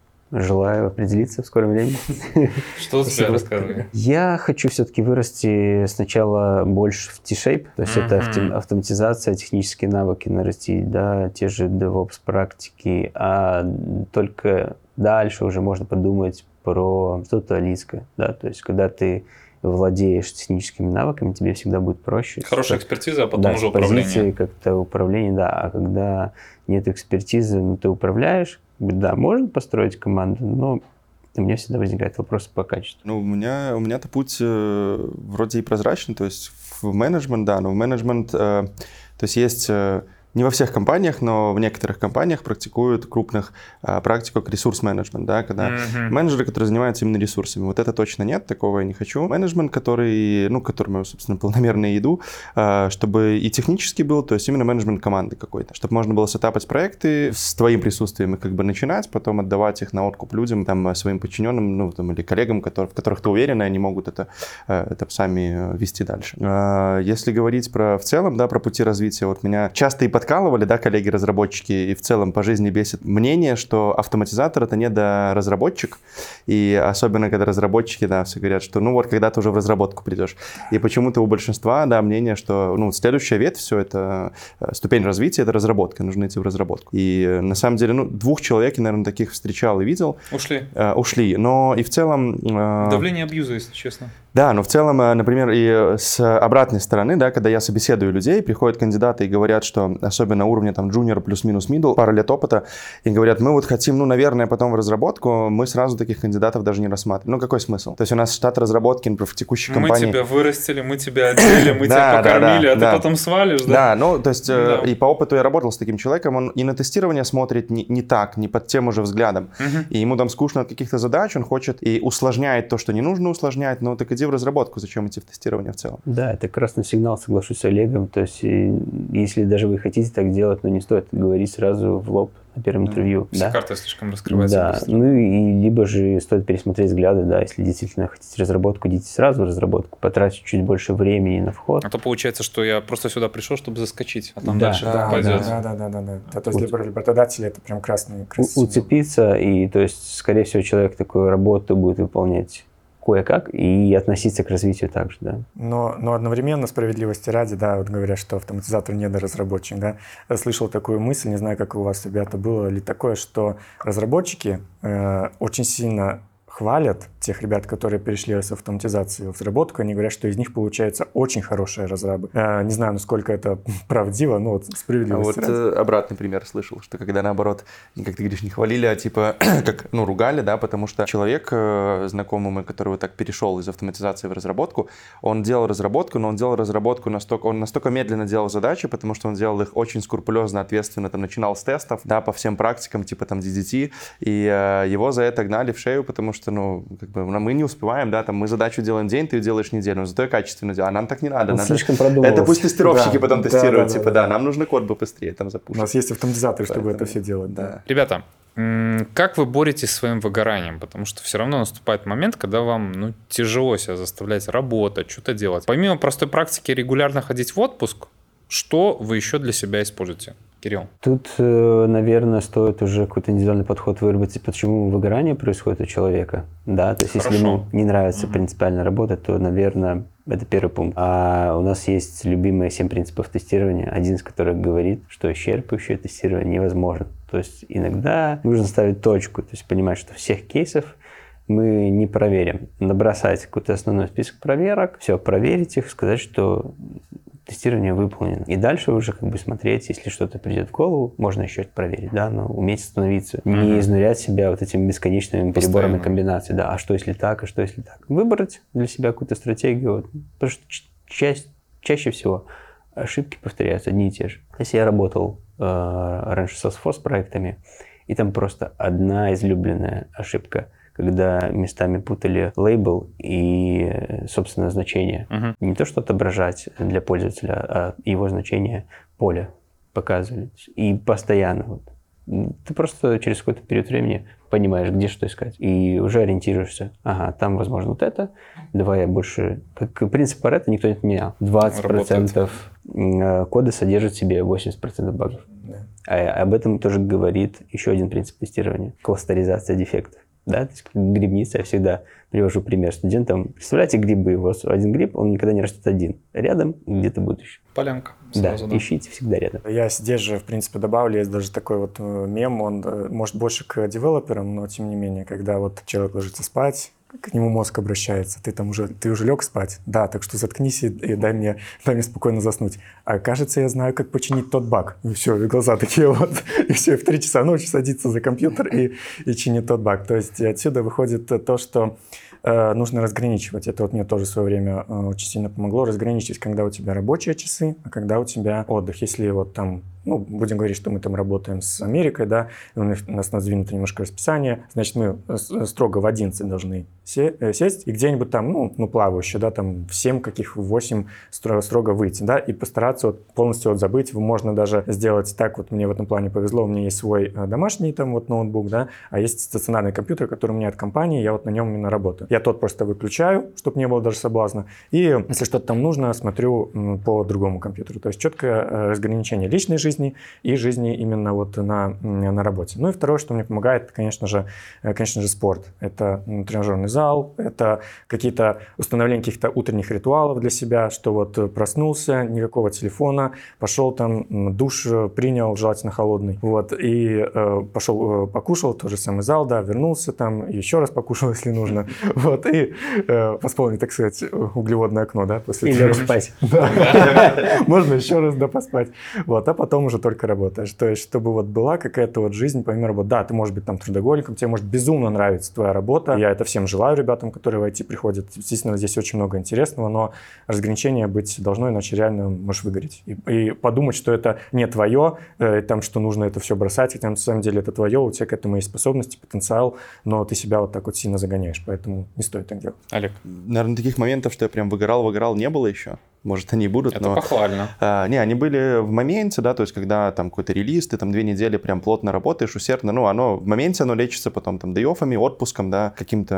B: Желаю определиться в скором времени.
A: Что у тебя рассказывай?
B: Я хочу все-таки вырасти сначала больше в T-shape, то есть это
A: Мгм.
B: авто- автоматизация, технические навыки нарастить, да, те же DevOps практики, а только дальше уже можно подумать про что-то лидское, да, то есть когда ты владеешь техническими навыками, тебе всегда будет проще.
A: Хорошая
B: Как-
A: экспертиза, а потом
B: да,
A: уже
B: с позиции
A: управление.
B: как-то управление, да, а когда нет экспертизы, ну, ты управляешь, да, можно построить команду, но у меня всегда возникает вопрос по качеству.
C: Ну, у меня, у меня-то путь э, вроде и прозрачный, то есть в менеджмент, да, но в менеджмент, э, то есть есть э, не во всех компаниях, но в некоторых компаниях практикуют крупных а, практику как ресурс-менеджмент, да, когда mm-hmm. менеджеры, которые занимаются именно ресурсами. Вот это точно нет, такого я не хочу. Менеджмент, который, ну, к которому я, собственно, планомерно иду, а, чтобы и технически был, то есть именно менеджмент команды какой-то, чтобы можно было сетапать проекты с твоим присутствием и как бы начинать, потом отдавать их на откуп людям, там, своим подчиненным, ну, там, или коллегам, которые, в которых ты уверен, и они могут это, это сами вести дальше. А, если говорить про в целом, да, про пути развития, вот меня часто и подкалывали, да, коллеги-разработчики, и в целом по жизни бесит мнение, что автоматизатор — это не до разработчик, и особенно, когда разработчики, да, все говорят, что, ну, вот, когда ты уже в разработку придешь. И почему-то у большинства, да, мнение, что, ну, следующая ветвь, все это, ступень развития — это разработка, нужно идти в разработку. И на самом деле, ну, двух человек, я, наверное, таких встречал и видел.
A: Ушли.
C: Э, ушли, но и в целом... Э,
A: Давление абьюза, если честно.
C: Да, но в целом, например, и с обратной стороны, да, когда я собеседую людей, приходят кандидаты и говорят, что особенно уровня там junior плюс-минус middle, пара лет опыта, и говорят, мы вот хотим, ну, наверное, потом в разработку, мы сразу таких кандидатов даже не рассматриваем. Ну, какой смысл? То есть у нас штат разработки, например, в текущей компании...
A: Мы тебя вырастили, мы тебя одели, мы тебя покормили, а ты потом свалишь, да?
C: Да, ну, то есть и по опыту я работал с таким человеком, он и на тестирование смотрит не так, не под тем уже взглядом, и ему там скучно от каких-то задач, он хочет и усложняет то, что не нужно усложнять, но так иди в разработку, зачем идти в тестирование в целом?
B: Да, это красный сигнал, соглашусь с Олегом. То есть, если даже вы хотите так делать, но не стоит говорить сразу в лоб на первом интервью.
A: Все
B: да?
A: карты слишком раскрываются.
B: Да, быстро. Ну и либо же стоит пересмотреть взгляды, да, если действительно хотите разработку, идите сразу в разработку, потратить чуть больше времени на вход.
A: А то получается, что я просто сюда пришел, чтобы заскочить, а там
B: да,
A: дальше
D: да,
A: пойдет.
D: Да, да, да, да, да. да. То есть для работодателя это прям красный, красный.
B: Уцепиться, и то есть, скорее всего, человек такую работу будет выполнять кое-как и относиться к развитию также, да.
D: Но, но одновременно, справедливости ради, да, вот говорят, что автоматизатор недоразработчик, да. Я слышал такую мысль, не знаю, как у вас, ребята, было ли такое, что разработчики э, очень сильно хвалят тех ребят, которые перешли с автоматизации в разработку, они говорят, что из них получаются очень хорошие разрабы. Э, не знаю, насколько это правдиво, но вот справедливости
C: а
D: ради.
C: Вот обратный пример слышал, что когда наоборот, как ты говоришь, не хвалили, а типа, как, ну, ругали, да, потому что человек, знакомый мой, который вот так перешел из автоматизации в разработку, он делал разработку, но он делал разработку настолько, он настолько медленно делал задачи, потому что он делал их очень скрупулезно, ответственно, там, начинал с тестов, да, по всем практикам, типа там ди ди ти, и э, его за это гнали в шею, потому что, ну, как бы, мы не успеваем, да, там, мы задачу делаем день, ты ее делаешь неделю, но зато я качественно делаю, а нам так не надо.
B: Он
C: надо...
B: слишком продумывался.
C: Это пусть тестировщики
D: да,
C: потом
D: да,
C: тестируют,
D: да,
C: типа,
D: да,
C: да,
D: да.
C: нам нужно код бы быстрее там запушить.
D: У нас есть автоматизаторы, чтобы
C: Поэтому,
D: это все делать, да.
C: да.
A: Ребята, как вы боретесь с своим выгоранием? Потому что все равно наступает момент, когда вам, ну, тяжело себя заставлять работать, что-то делать. Помимо простой практики регулярно ходить в отпуск, что вы еще для себя используете? Кирилл.
B: Тут, наверное, стоит уже какой-то индивидуальный подход выработать, почему выгорание происходит у человека. Да, то есть
A: Хорошо.
B: если ему не нравится
A: Угу.
B: принципиально работать, то, наверное, это первый пункт. А у нас есть любимые семь принципов тестирования, один из которых говорит, что исчерпывающее тестирование невозможно. То есть иногда нужно ставить точку, то есть понимать, что всех кейсов мы не проверим. Набросать какой-то основной список проверок, все, проверить их, сказать, что тестирование выполнено. И дальше уже как бы смотреть, если что-то придет в голову, можно еще это проверить, да, но уметь остановиться, mm-hmm. не изнурять себя вот этими бесконечными переборами комбинаций, да, а что если так, а что если так. Выбрать для себя какую-то стратегию, вот, потому что ча- чаще всего ошибки повторяются одни и те же. Если я работал э, раньше с Salesforce проектами, и там просто одна излюбленная ошибка, когда местами путали лейбл и, собственно, значение. Uh-huh. Не то, что отображать для пользователя, а его значение поля показывали. И постоянно. Вот. Ты просто через какой-то период времени понимаешь, где что искать. И уже ориентируешься. Ага, там, возможно, вот это. Давай я больше... Как принцип Паретто никто не отменял. двадцать процентов Работает. Кода содержит в себе восемьдесят процентов багов. Yeah. А об этом тоже говорит еще один принцип тестирования. Кластеризация дефектов. Да, то есть грибница, я всегда привожу пример студентам. Представляете грибы, у вас один гриб, он никогда не растет один. Рядом где-то будет еще.
A: Полянка.
B: Сразу, да, да, ищите всегда рядом.
D: Я здесь же, в принципе, добавлю, есть даже такой вот мем, он может больше к девелоперам, но тем не менее, когда вот человек ложится спать, к нему мозг обращается, ты там уже, ты уже лег спать? Да, так что заткнись и, и дай, мне, дай мне спокойно заснуть. А кажется, я знаю, как починить тот баг. И все, и глаза такие вот, и все, и в три часа ночи садится за компьютер и, и чинит тот баг. То есть отсюда выходит то, что э, нужно разграничивать. Это вот мне тоже в свое время э, очень сильно помогло разграничить, когда у тебя рабочие часы, а когда у тебя отдых. Если вот там ну, будем говорить, что мы там работаем с Америкой, да, и у нас надвинуто немножко расписание, значит, мы строго в одиннадцать должны сесть и где-нибудь там, ну, ну плавающе, да, там в семь, каких в восемь строго, строго выйти, да, и постараться вот полностью вот забыть. Можно даже сделать так, вот мне в этом плане повезло, у меня есть свой домашний там вот ноутбук, да, а есть стационарный компьютер, который у меня от компании, я вот на нем именно работаю. Я тот просто выключаю, чтобы не было даже соблазна, и если что-то там нужно, смотрю по другому компьютеру. То есть четкое разграничение личной жизни и жизни именно вот на, на работе. Ну и второе, что мне помогает, конечно же, конечно же, спорт. Это тренажерный зал, это какие-то установление каких-то утренних ритуалов для себя, что вот проснулся, никакого телефона, пошел там, душ принял, желательно холодный, вот, и э, пошел, э, покушал, тот же самый зал, да, вернулся там, еще раз покушал, если нужно, вот, и э, восполнить, так сказать, углеводное окно, да, после
B: и лег спать.
D: Можно еще раз, да, поспать, вот, а потом уже только работаешь, то есть, чтобы вот была какая-то вот жизнь, помимо работы, да, ты можешь быть там трудоголиком, тебе может безумно нравиться твоя работа, я это всем желаю ребятам, которые в ай ти приходят, естественно, здесь очень много интересного, но разграничение быть должно, иначе реально можешь выгореть. И, и подумать, что это не твое, э, там, что нужно это все бросать, хотя на самом деле это твое, у тебя к этому есть способности, потенциал, но ты себя вот так вот сильно загоняешь, поэтому не стоит так делать.
A: Олег?
C: Наверное, таких моментов, что я прям выгорал-выгорал, не было еще. Может, они будут,
A: это
C: но...
A: похвально.
C: А, не, они были в моменте, да, то есть, когда там какой-то релиз, ты там две недели прям плотно работаешь, усердно, ну, оно в моменте оно лечится потом там дей-оффами, отпуском, да, каким-то,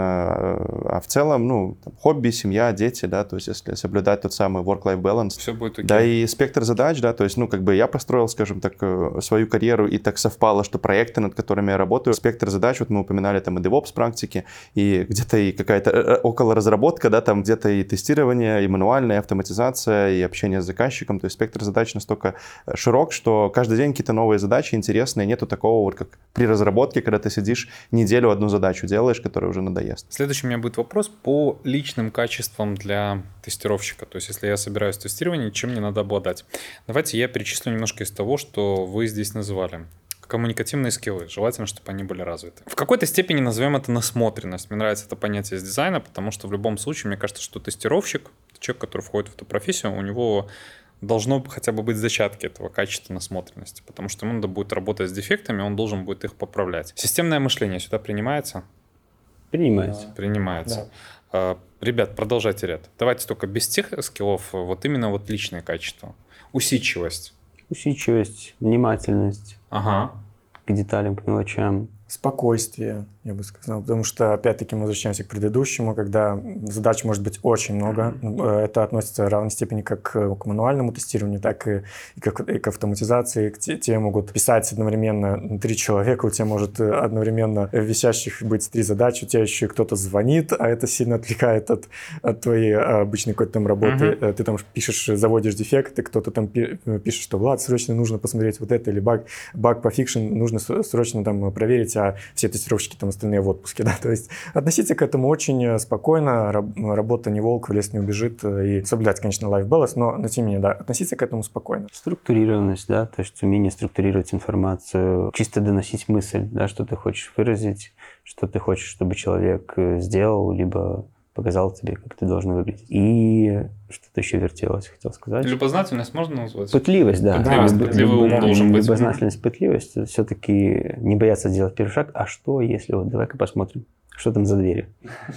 C: а в целом, ну, там, хобби, семья, дети, да, то есть, если соблюдать тот самый work-life balance.
A: Все будет окей.
C: Да, и спектр задач, да, то есть, ну, как бы я построил, скажем так, свою карьеру, и так совпало, что проекты, над которыми я работаю, спектр задач, вот мы упоминали там и DevOps практики, и где-то и какая-то около разработка, да, там где-то и тестирование, и мануальная, и автоматизация, и общение с заказчиком, то есть спектр задач настолько широк, что каждый день какие-то новые задачи интересные, нету такого вот как при разработке, когда ты сидишь неделю одну задачу делаешь, которая уже надоест.
A: Следующий у меня будет вопрос по личным качествам для тестировщика, то есть если я собираюсь тестирование, чем мне надо обладать. Давайте я перечислю немножко из того, что вы здесь называли. Коммуникативные скиллы. Желательно, чтобы они были развиты. В какой-то степени назовем это насмотренность. Мне нравится это понятие из дизайна, потому что в любом случае, мне кажется, что тестировщик, человек, который входит в эту профессию, у него должно хотя бы быть зачатки этого качества насмотренности, потому что ему надо будет работать с дефектами, он должен будет их поправлять. Системное мышление сюда принимается?
B: Принимается.
A: Принимается. Да. Ребят, продолжайте ряд. Давайте только без тех скиллов, вот именно вот личные качества. Усидчивость.
B: Усидчивость, внимательность
A: Ага.
B: к деталям, к мелочам.
D: Спокойствие, я бы сказал, потому что, опять-таки, мы возвращаемся к предыдущему, когда задач может быть очень много. Это относится в равной степени как к мануальному тестированию, так и, и, к, и к автоматизации. Тебе могут писать одновременно три человека, у тебя может одновременно висящих быть три задачи, у тебя еще кто-то звонит, а это сильно отвлекает от, от твоей обычной какой-то там работы. Uh-huh. Ты там пишешь, заводишь дефекты, кто-то там пишет, что Влад, срочно нужно посмотреть вот это, или баг, баг по фикшн, нужно срочно там проверить, а все тестировщики там остальные в отпуске, да, то есть относиться к этому очень спокойно, работа не волк, в лес не убежит, и соблюдать, конечно, life balance, но, но тем не менее, да, относиться к этому спокойно.
B: Структурированность, да, то есть умение структурировать информацию, чисто доносить мысль, да, что ты хочешь выразить, что ты хочешь, чтобы человек сделал, либо показал тебе, как ты должен выглядеть. И что-то еще вертелось, хотел сказать.
A: Любознательность можно назвать?
B: Пытливость, да.
A: Пытливость,
B: да,
A: пытливый ум
B: да,
A: должен быть.
B: Любознательность, пытливость. Все-таки не бояться сделать первый шаг. А что, если вот давай-ка посмотрим, что там за дверью?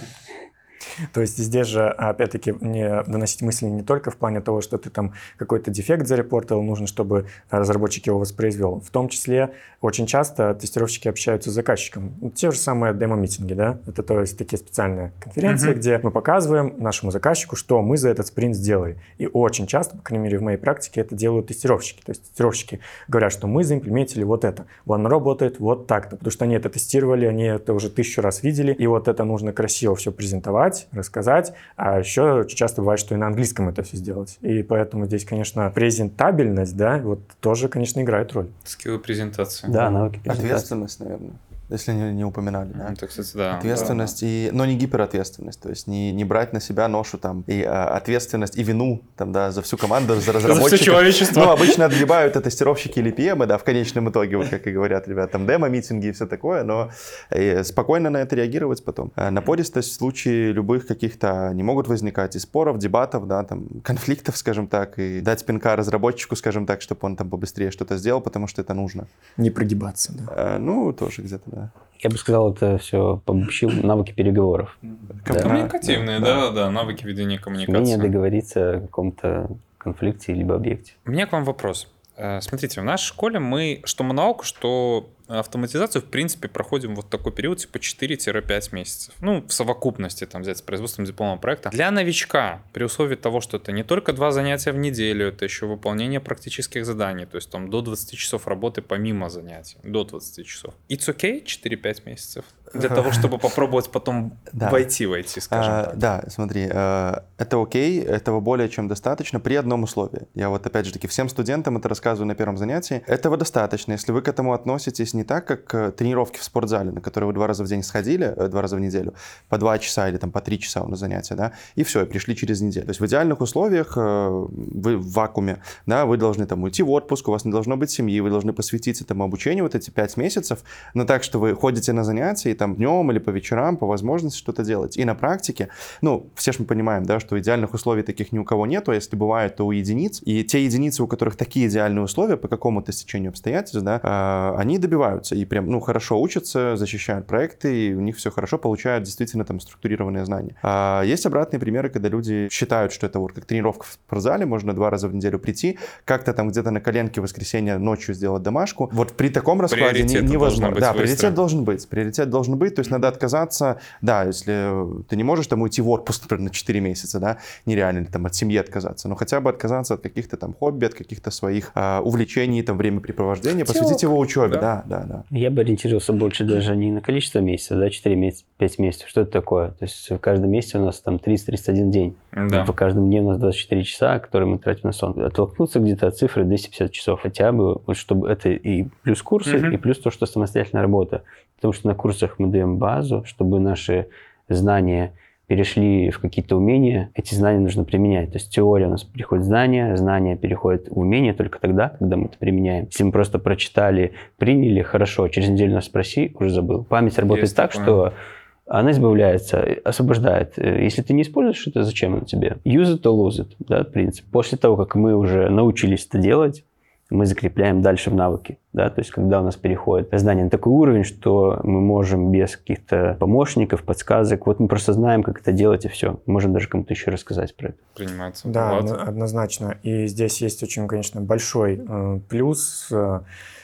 D: То есть здесь же, опять-таки, не доносить мысли не только в плане того, что ты там какой-то дефект зарепортил, нужно, чтобы разработчик его воспроизвел. В том числе очень часто тестировщики общаются с заказчиком. Те же самые демо-митинги, да? Это то есть такие специальные конференции, uh-huh. где мы показываем нашему заказчику, что мы за этот спринт сделали. И очень часто, по крайней мере, в моей практике это делают тестировщики. То есть тестировщики говорят, что мы заимплементили вот это. Оно работает вот так-то, потому что они это тестировали, они это уже тысячу раз видели, и вот это нужно красиво все презентовать, рассказать, а еще часто бывает, что и на английском это все сделать. И поэтому здесь, конечно, презентабельность, да, вот тоже, конечно, играет роль.
A: Скиллы презентации.
B: Да, навыки презентации.
C: Ответственность, наверное. если не, не упоминали. Да?
A: Это, кстати, да.
C: Ответственность,
A: да.
C: И, но не гиперответственность, то есть не, не брать на себя ношу там, и а, ответственность, и вину там, да, за всю команду, за разработчиков.
A: За все человечество.
C: Ну, обычно отгребают это тестировщики или пи эм, да, в конечном итоге, вот как и говорят ребята, там демо-митинги и все такое, но и спокойно на это реагировать потом. Напористость в случае любых каких-то не могут возникать и споров, дебатов, да, там, конфликтов, скажем так, и дать пинка разработчику, скажем так, чтобы он там побыстрее что-то сделал, потому что это нужно.
D: Не прогибаться, да.
C: А, ну, тоже где-то, да.
B: Я бы сказал, это все обобщил навыки переговоров.
A: Коммуникативные, да, да, да, навыки ведения коммуникации.
B: Умение договориться о каком-то конфликте либо объекте.
A: У меня к вам вопрос. Смотрите, в нашей школе мы, что монауку, что автоматизацию, в принципе, проходим вот такой период, типа четыре-пять месяцев. Ну, в совокупности, там, взять с производством дипломного проекта. Для новичка, при условии того, что это не только два занятия в неделю, это еще выполнение практических заданий, то есть там до двадцати часов работы помимо занятий, до двадцати часов. It's okay четыре-пять месяцев? Для того, чтобы попробовать потом
C: Да.
A: войти в ай ти, скажем
C: А,
A: так.
C: Да, смотри, а, это окей, этого более чем достаточно при одном условии. Я вот опять же таки всем студентам это рассказываю на первом занятии. Этого достаточно, если вы к этому относитесь не так, как к тренировке в спортзале, на которые вы два раза в день сходили, э, два раза в неделю, по два часа или там по три часа у нас занятия, да, и все, и пришли через неделю. То есть в идеальных условиях э, вы в вакууме, да, вы должны там уйти в отпуск, у вас не должно быть семьи, вы должны посвятить этому обучению вот эти пять месяцев, но так, что вы ходите на занятия и там днем или по вечерам по возможности что-то делать. И на практике, ну, все же мы понимаем, да, что идеальных условий таких ни у кого нету, а если бывает, то у единиц. И те единицы, у которых такие идеальные условия по какому-то стечению обстоятельств, да, э, они добиваются и прям, ну, хорошо учатся, защищают проекты, и у них все хорошо, получают действительно там структурированные знания. А есть обратные примеры, когда люди считают, что это вот как тренировка в спортзале, можно два раза в неделю прийти, как-то там где-то на коленке в воскресенье ночью сделать домашку. Вот при таком раскладе не, невозможно. Да,
A: быстро.
C: приоритет должен быть. Приоритет должен быть, то есть надо отказаться, да, если ты не можешь там уйти в отпуск, например, на четыре месяца, да, нереально, или там от семьи отказаться, но хотя бы отказаться от каких-то там хобби, от каких-то своих а, увлечений, там, времяпрепровождения, посвятить его учебе, да, да, да.
B: Я бы ориентировался больше даже не на количество месяцев, да, четыре-пять месяцев, что это такое? То есть в каждом месяце у нас там тридцать-тридцать один день.
A: Да.
B: В каждом дне у нас двадцать четыре часа, которые мы тратим на сон. Оттолкнуться где-то от цифры двести пятьдесят часов хотя бы, вот чтобы это и плюс курсы,
A: Мгм.
B: и плюс то, что самостоятельная работа. Потому что на курсах мы даем базу, чтобы наши знания перешли в какие-то умения, эти знания нужно применять. То есть теория у нас переходит в знания, знания переходят в умения только тогда, когда мы это применяем. Если мы просто прочитали, приняли, хорошо, через неделю нас спроси, уже забыл. Память работает
A: Есть
B: так,
A: такое.
B: что она избавляется, освобождает. Если ты не используешь это, зачем оно тебе? Use it or lose it, да, принцип. После того, как мы уже научились это делать, мы закрепляем дальше в навыки. Да? То есть, когда у нас переходит знание на такой уровень, что мы можем без каких-то помощников, подсказок, вот мы просто знаем, как это делать, и все. Можем даже кому-то еще рассказать про это.
A: Принимается.
D: Да,
A: Влад?
D: одно- однозначно. И здесь есть очень, конечно, большой э, плюс, э,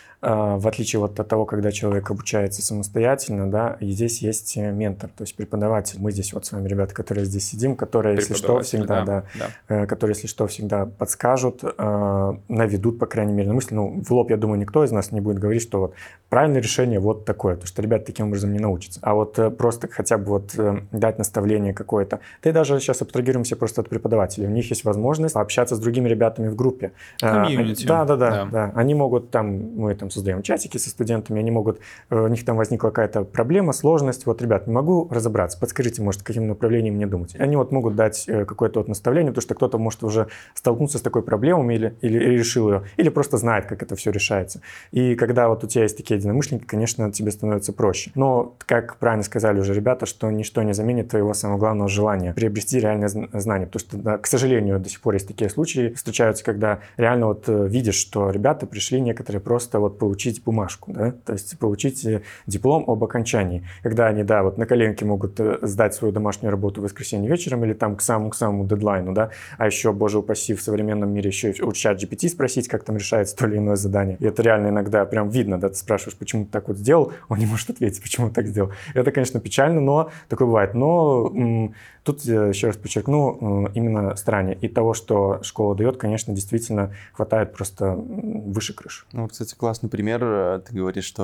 D: э, в отличие вот от того, когда человек обучается самостоятельно, да, и здесь есть э, ментор, то есть преподаватель. Мы здесь вот с вами, ребята, которые здесь сидим, которые, если что,
A: Преподаватель,
D: всегда, да,
A: да.
D: э, которые, если что, всегда подскажут, э, наведут, по крайней мере, на мысли. Ну, в лоб, я думаю, никто из нас не будет говорить, что вот правильное решение вот такое, потому что ребята таким образом не научатся. А вот э, просто хотя бы вот э, дать наставление какое-то. Да и даже сейчас абстрагируемся просто от преподавателей. У них есть возможность пообщаться с другими ребятами в группе. Э,
A: Комьюнити.
D: Да, да, да,
A: Да.
D: да. Они могут там, мы там создаем чатики со студентами, они могут, э, у них там возникла какая-то проблема, сложность. Вот, ребят, не могу разобраться, подскажите, может, каким направлением мне думать. Они вот могут дать э, какое-то вот наставление, потому что кто-то может уже столкнуться с такой проблемой или, или, или решил ее, или просто знает, как это все решается. И когда вот у тебя есть такие единомышленники, конечно, тебе становится проще. Но, как правильно сказали уже ребята, что ничто не заменит твоего самого главного желания приобрести реальное зн- знание. Потому что, да, к сожалению, до сих пор есть такие случаи, встречаются, когда реально вот э, видишь, что ребята пришли некоторые просто вот получить бумажку, да, то есть получить э, диплом об окончании. Когда они, да, вот на коленке могут э, сдать свою домашнюю работу в воскресенье вечером или там к самому, к самому дедлайну, да, а еще, боже упаси, в современном мире еще и у чат джи пи ти спросить, как там решается то или иное задание. И это реально иногда прям видно, да, ты спрашиваешь, почему ты так вот сделал, он не может ответить, почему так сделал. Это, конечно, печально, но такое бывает. Но м, тут, э, еще раз подчеркну, э, именно старание. И того, что школа дает, конечно, действительно хватает просто м, выше крыш.
C: Ну, вот, кстати, классный пример. Ты говоришь, что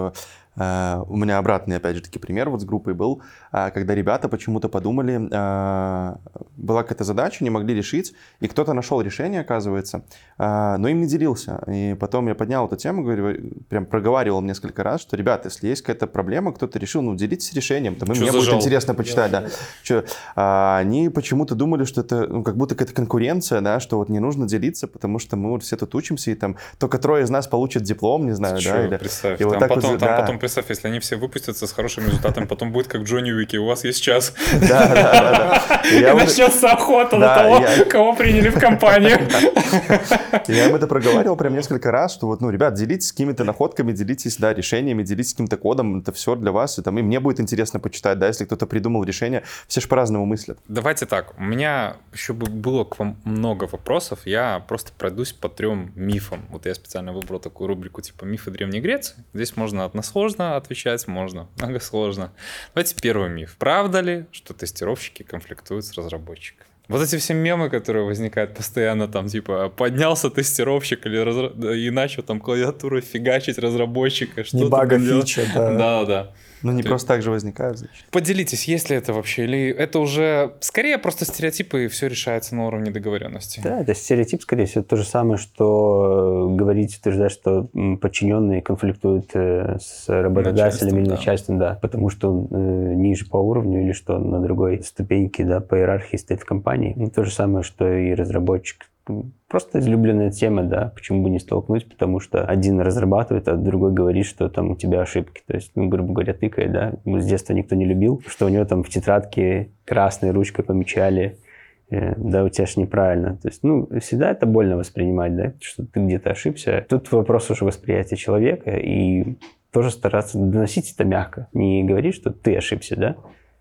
C: Uh, у меня обратный, опять же таки, пример вот с группой был, uh, когда ребята почему-то подумали, uh, была какая-то задача, не могли решить, и кто-то нашел решение, оказывается, uh, но им не делился. И потом я поднял эту тему, говорю, прям проговаривал несколько раз, что, ребята, если есть какая-то проблема, кто-то решил, ну, делитесь решением, там, мне будет интересно почитать, да. Что, uh, они почему-то думали, что это, ну, как будто какая-то конкуренция, да, что вот не нужно делиться, потому что мы вот все тут учимся, и там только трое из нас получат диплом, не знаю,
A: Чё,
C: да, или...
A: Представь,
C: и вот
A: там,
C: так
A: потом,
C: вот,
A: там
C: да.
A: потом, представь, если они все выпустятся с хорошим результатом, потом будет как в Джонни Уике, у вас есть час.
C: Да, да, да.
A: И начнется охота на того, кого приняли в компанию.
C: Я им это проговаривал прям несколько раз, что вот, ну, ребят, делитесь какими-то находками, делитесь, да, решениями, делитесь каким-то кодом, это все для вас, и там и мне будет интересно почитать, да, если кто-то придумал решение, все же по-разному мыслят.
A: Давайте так, у меня еще было к вам много вопросов, я просто пройдусь по трем мифам. Вот я специально выбрал такую рубрику типа «Мифы Древней Греции». Здесь можно односложно отвечать, можно многосложно. Давайте первый миф. Правда ли, что тестировщики конфликтуют с разработчиками? Вот эти все мемы, которые возникают постоянно, там, типа, поднялся тестировщик или разра... и начал там клавиатуру фигачить разработчика.
D: Не бага фича, да.
A: Да-да-да.
C: Ну, не просто так же возникают, значит.
A: Поделитесь, есть ли это вообще, или это уже скорее просто стереотипы, и все решается на уровне договоренности?
B: Да, это стереотип, скорее всего, то же самое, что говорить, утверждать, что подчиненные конфликтуют с работодателем или начальством, да, потому что он э, ниже по уровню или что на другой ступеньке, да, по иерархии стоит в компании. Ну, то же самое, что и разработчик. Просто излюбленная тема, да, почему бы не столкнуть, потому что один разрабатывает, а другой говорит, что там у тебя ошибки. То есть, ну, грубо говоря, тыкает, да. С детства никто не любил, что у него там в тетрадке красной ручкой помечали, э, да, у тебя же неправильно. То есть, ну, всегда это больно воспринимать, да, что ты где-то ошибся. Тут вопрос уже восприятия человека, и тоже стараться доносить это мягко. Не говорить, что ты ошибся, да,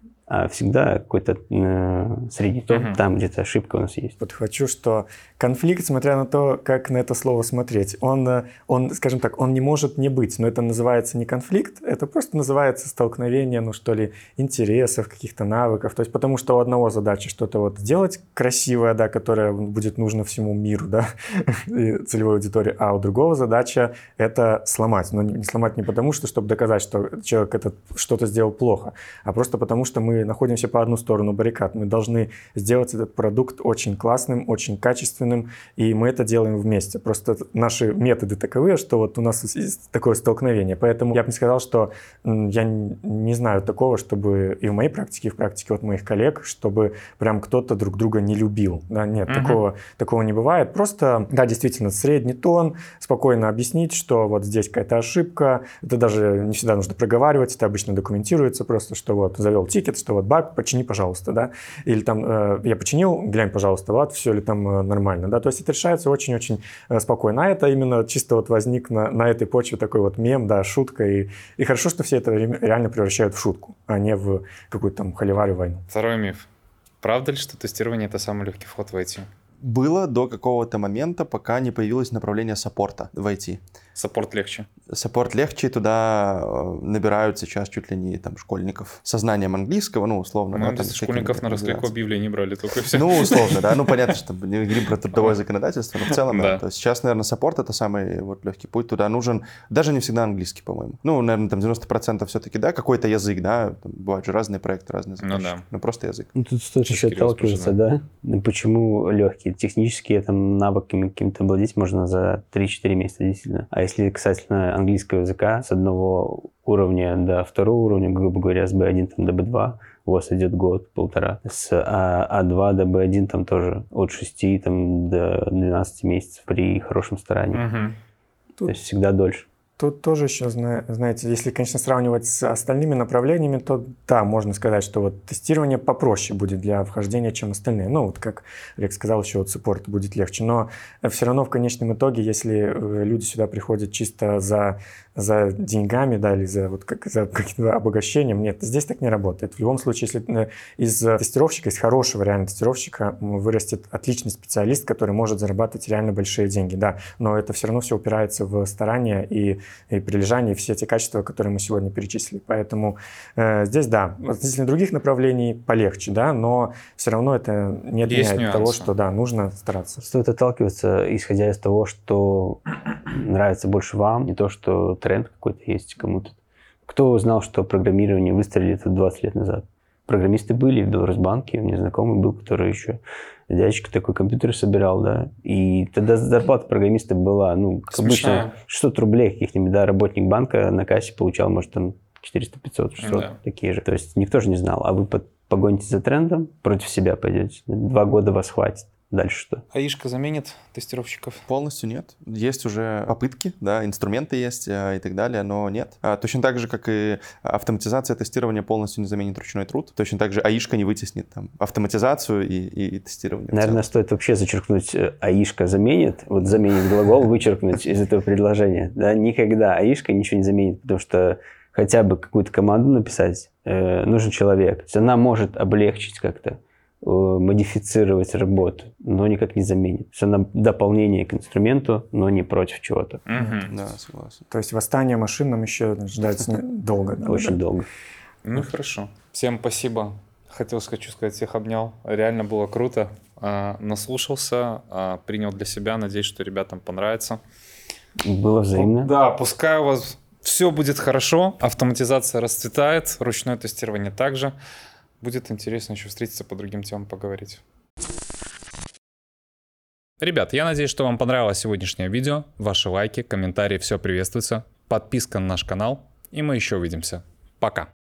B: а всегда какой-то э, средний тон, uh-huh. там где-то ошибка у нас есть.
D: Подхвачу, что конфликт, смотря на то, как на это слово смотреть, он, он, скажем так, он не может не быть, но это называется не конфликт, это просто называется столкновение, ну что ли, интересов, каких-то навыков, то есть потому что у одного задача что-то вот сделать красивое, да, которое будет нужно всему миру, да, и целевой аудитории, а у другого задача это сломать, но не сломать не потому, что, чтобы доказать, что человек этот что-то сделал плохо, а просто потому, что мы находимся по одну сторону баррикад. Мы должны сделать этот продукт очень классным, очень качественным, и мы это делаем вместе. Просто наши методы таковы, что вот у нас есть такое столкновение. Поэтому я бы не сказал, что я не знаю такого, чтобы и в моей практике, и в практике вот моих коллег, чтобы прям кто-то друг друга не любил. Да, нет, uh-huh. такого, такого не бывает. Просто, да, действительно, средний тон, спокойно объяснить, что вот здесь какая-то ошибка. Это даже не всегда нужно проговаривать, это обычно документируется просто, что вот завел тикет, что вот баг, почини, пожалуйста, да, или там э, я починил, глянь, пожалуйста, вот, все ли там э, нормально, да, то есть это решается очень-очень э, спокойно, а это именно чисто вот возник на, на этой почве такой вот мем, да, шутка, и, и хорошо, что все это реально превращают в шутку, а не в какую-то там холиварь войну.
A: Второй миф. Правда ли, что тестирование — это самый легкий вход в ай ти?
C: Было до какого-то момента, пока не появилось направление саппорта в ай ти.
A: Саппорт легче.
C: Саппорт легче, туда набирают сейчас чуть ли не там школьников со знанием английского, ну, условно.
A: Мы
C: да,
A: там школьников на расстройку объявлений брали только все.
C: Ну, условно, да. Ну, понятно, что не говорим про трудовое законодательство, но в целом, да.
A: да.
C: То есть сейчас, наверное, саппорт — это самый вот легкий путь. Туда нужен даже не всегда английский, по-моему. Ну, наверное, там девяносто процентов все-таки, да, какой-то язык, да. Там бывают же разные проекты, разные задачи.
A: Ну, да.
C: Ну, просто язык.
B: Ну, тут стоит еще отталкиваться, да. Почему легкие? Технические там навыками каким-то обладать можно за три-четыре месяца, действительно. А если касательно английского языка, с одного уровня до второго уровня, грубо говоря, с би один там, до би два, у вас идет год, полтора. С а два до би один там тоже от шести там, до двенадцати месяцев при хорошем старании.
A: Угу.
B: Тут... То есть всегда дольше.
D: Тут тоже еще, знаете, если, конечно, сравнивать с остальными направлениями, то да, можно сказать, что вот тестирование попроще будет для вхождения, чем остальные. Ну, вот как Олег сказал, еще вот саппорт будет легче. Но все равно в конечном итоге, если люди сюда приходят чисто за, за деньгами, да, или за, вот, как, за каким-то обогащением, нет, здесь так не работает. В любом случае, если из тестировщика, из хорошего реально тестировщика вырастет отличный специалист, который может зарабатывать реально большие деньги, да, но это все равно все упирается в старания и и прилежание, и все те качества, которые мы сегодня перечислили. Поэтому э, здесь, да, относительно других направлений полегче, да, но все равно это не отменяет того, что, да, нужно стараться.
B: Стоит отталкиваться, исходя из того, что нравится больше вам, не то, что тренд какой-то есть кому-то. Кто знал, что программирование выстрелит двадцать лет назад? Программисты были в Беларусьбанке, у меня знакомый был, который еще дядечка такой компьютер собирал, да, и тогда зарплата программиста была, ну, как обычно, шестьсот рублей каких-нибудь, да, работник банка на кассе получал, может, там четыреста, пятьсот, шестьсот, да. Такие же. То есть никто же не знал, а вы погоните за трендом, против себя пойдете, два года вас хватит. Дальше что?
A: АИшка заменит тестировщиков?
C: Полностью нет. Есть уже попытки, да, инструменты есть а, и так далее, но нет. А, точно так же, как и автоматизация тестирования полностью не заменит ручной труд, точно так же АИшка не вытеснит там автоматизацию и, и, и тестирование.
B: Наверное, стоит вообще зачеркнуть АИшка заменит, вот заменит глагол, вычеркнуть из этого предложения. Да, никогда АИшка ничего не заменит, потому что хотя бы какую-то команду написать э, нужен человек. То есть она может облегчить как-то, модифицировать работу, но никак не заменит. То есть она дополнение к инструменту, но не против чего-то.
A: Угу.
C: Да, согласен.
D: То есть восстание машин нам еще ждать долго.
B: Очень долго.
A: Ну хорошо. Всем спасибо. Хотел, хочу сказать, всех обнял. Реально было круто. Наслушался, принял для себя. Надеюсь, что ребятам понравится.
B: Было взаимно.
A: Да, пускай у вас все будет хорошо. Автоматизация расцветает, ручное тестирование также. Будет интересно еще встретиться, по другим темам поговорить. Ребят, я надеюсь, что вам понравилось сегодняшнее видео. Ваши лайки, комментарии, все приветствуется. Подписка на наш канал. И мы еще увидимся. Пока.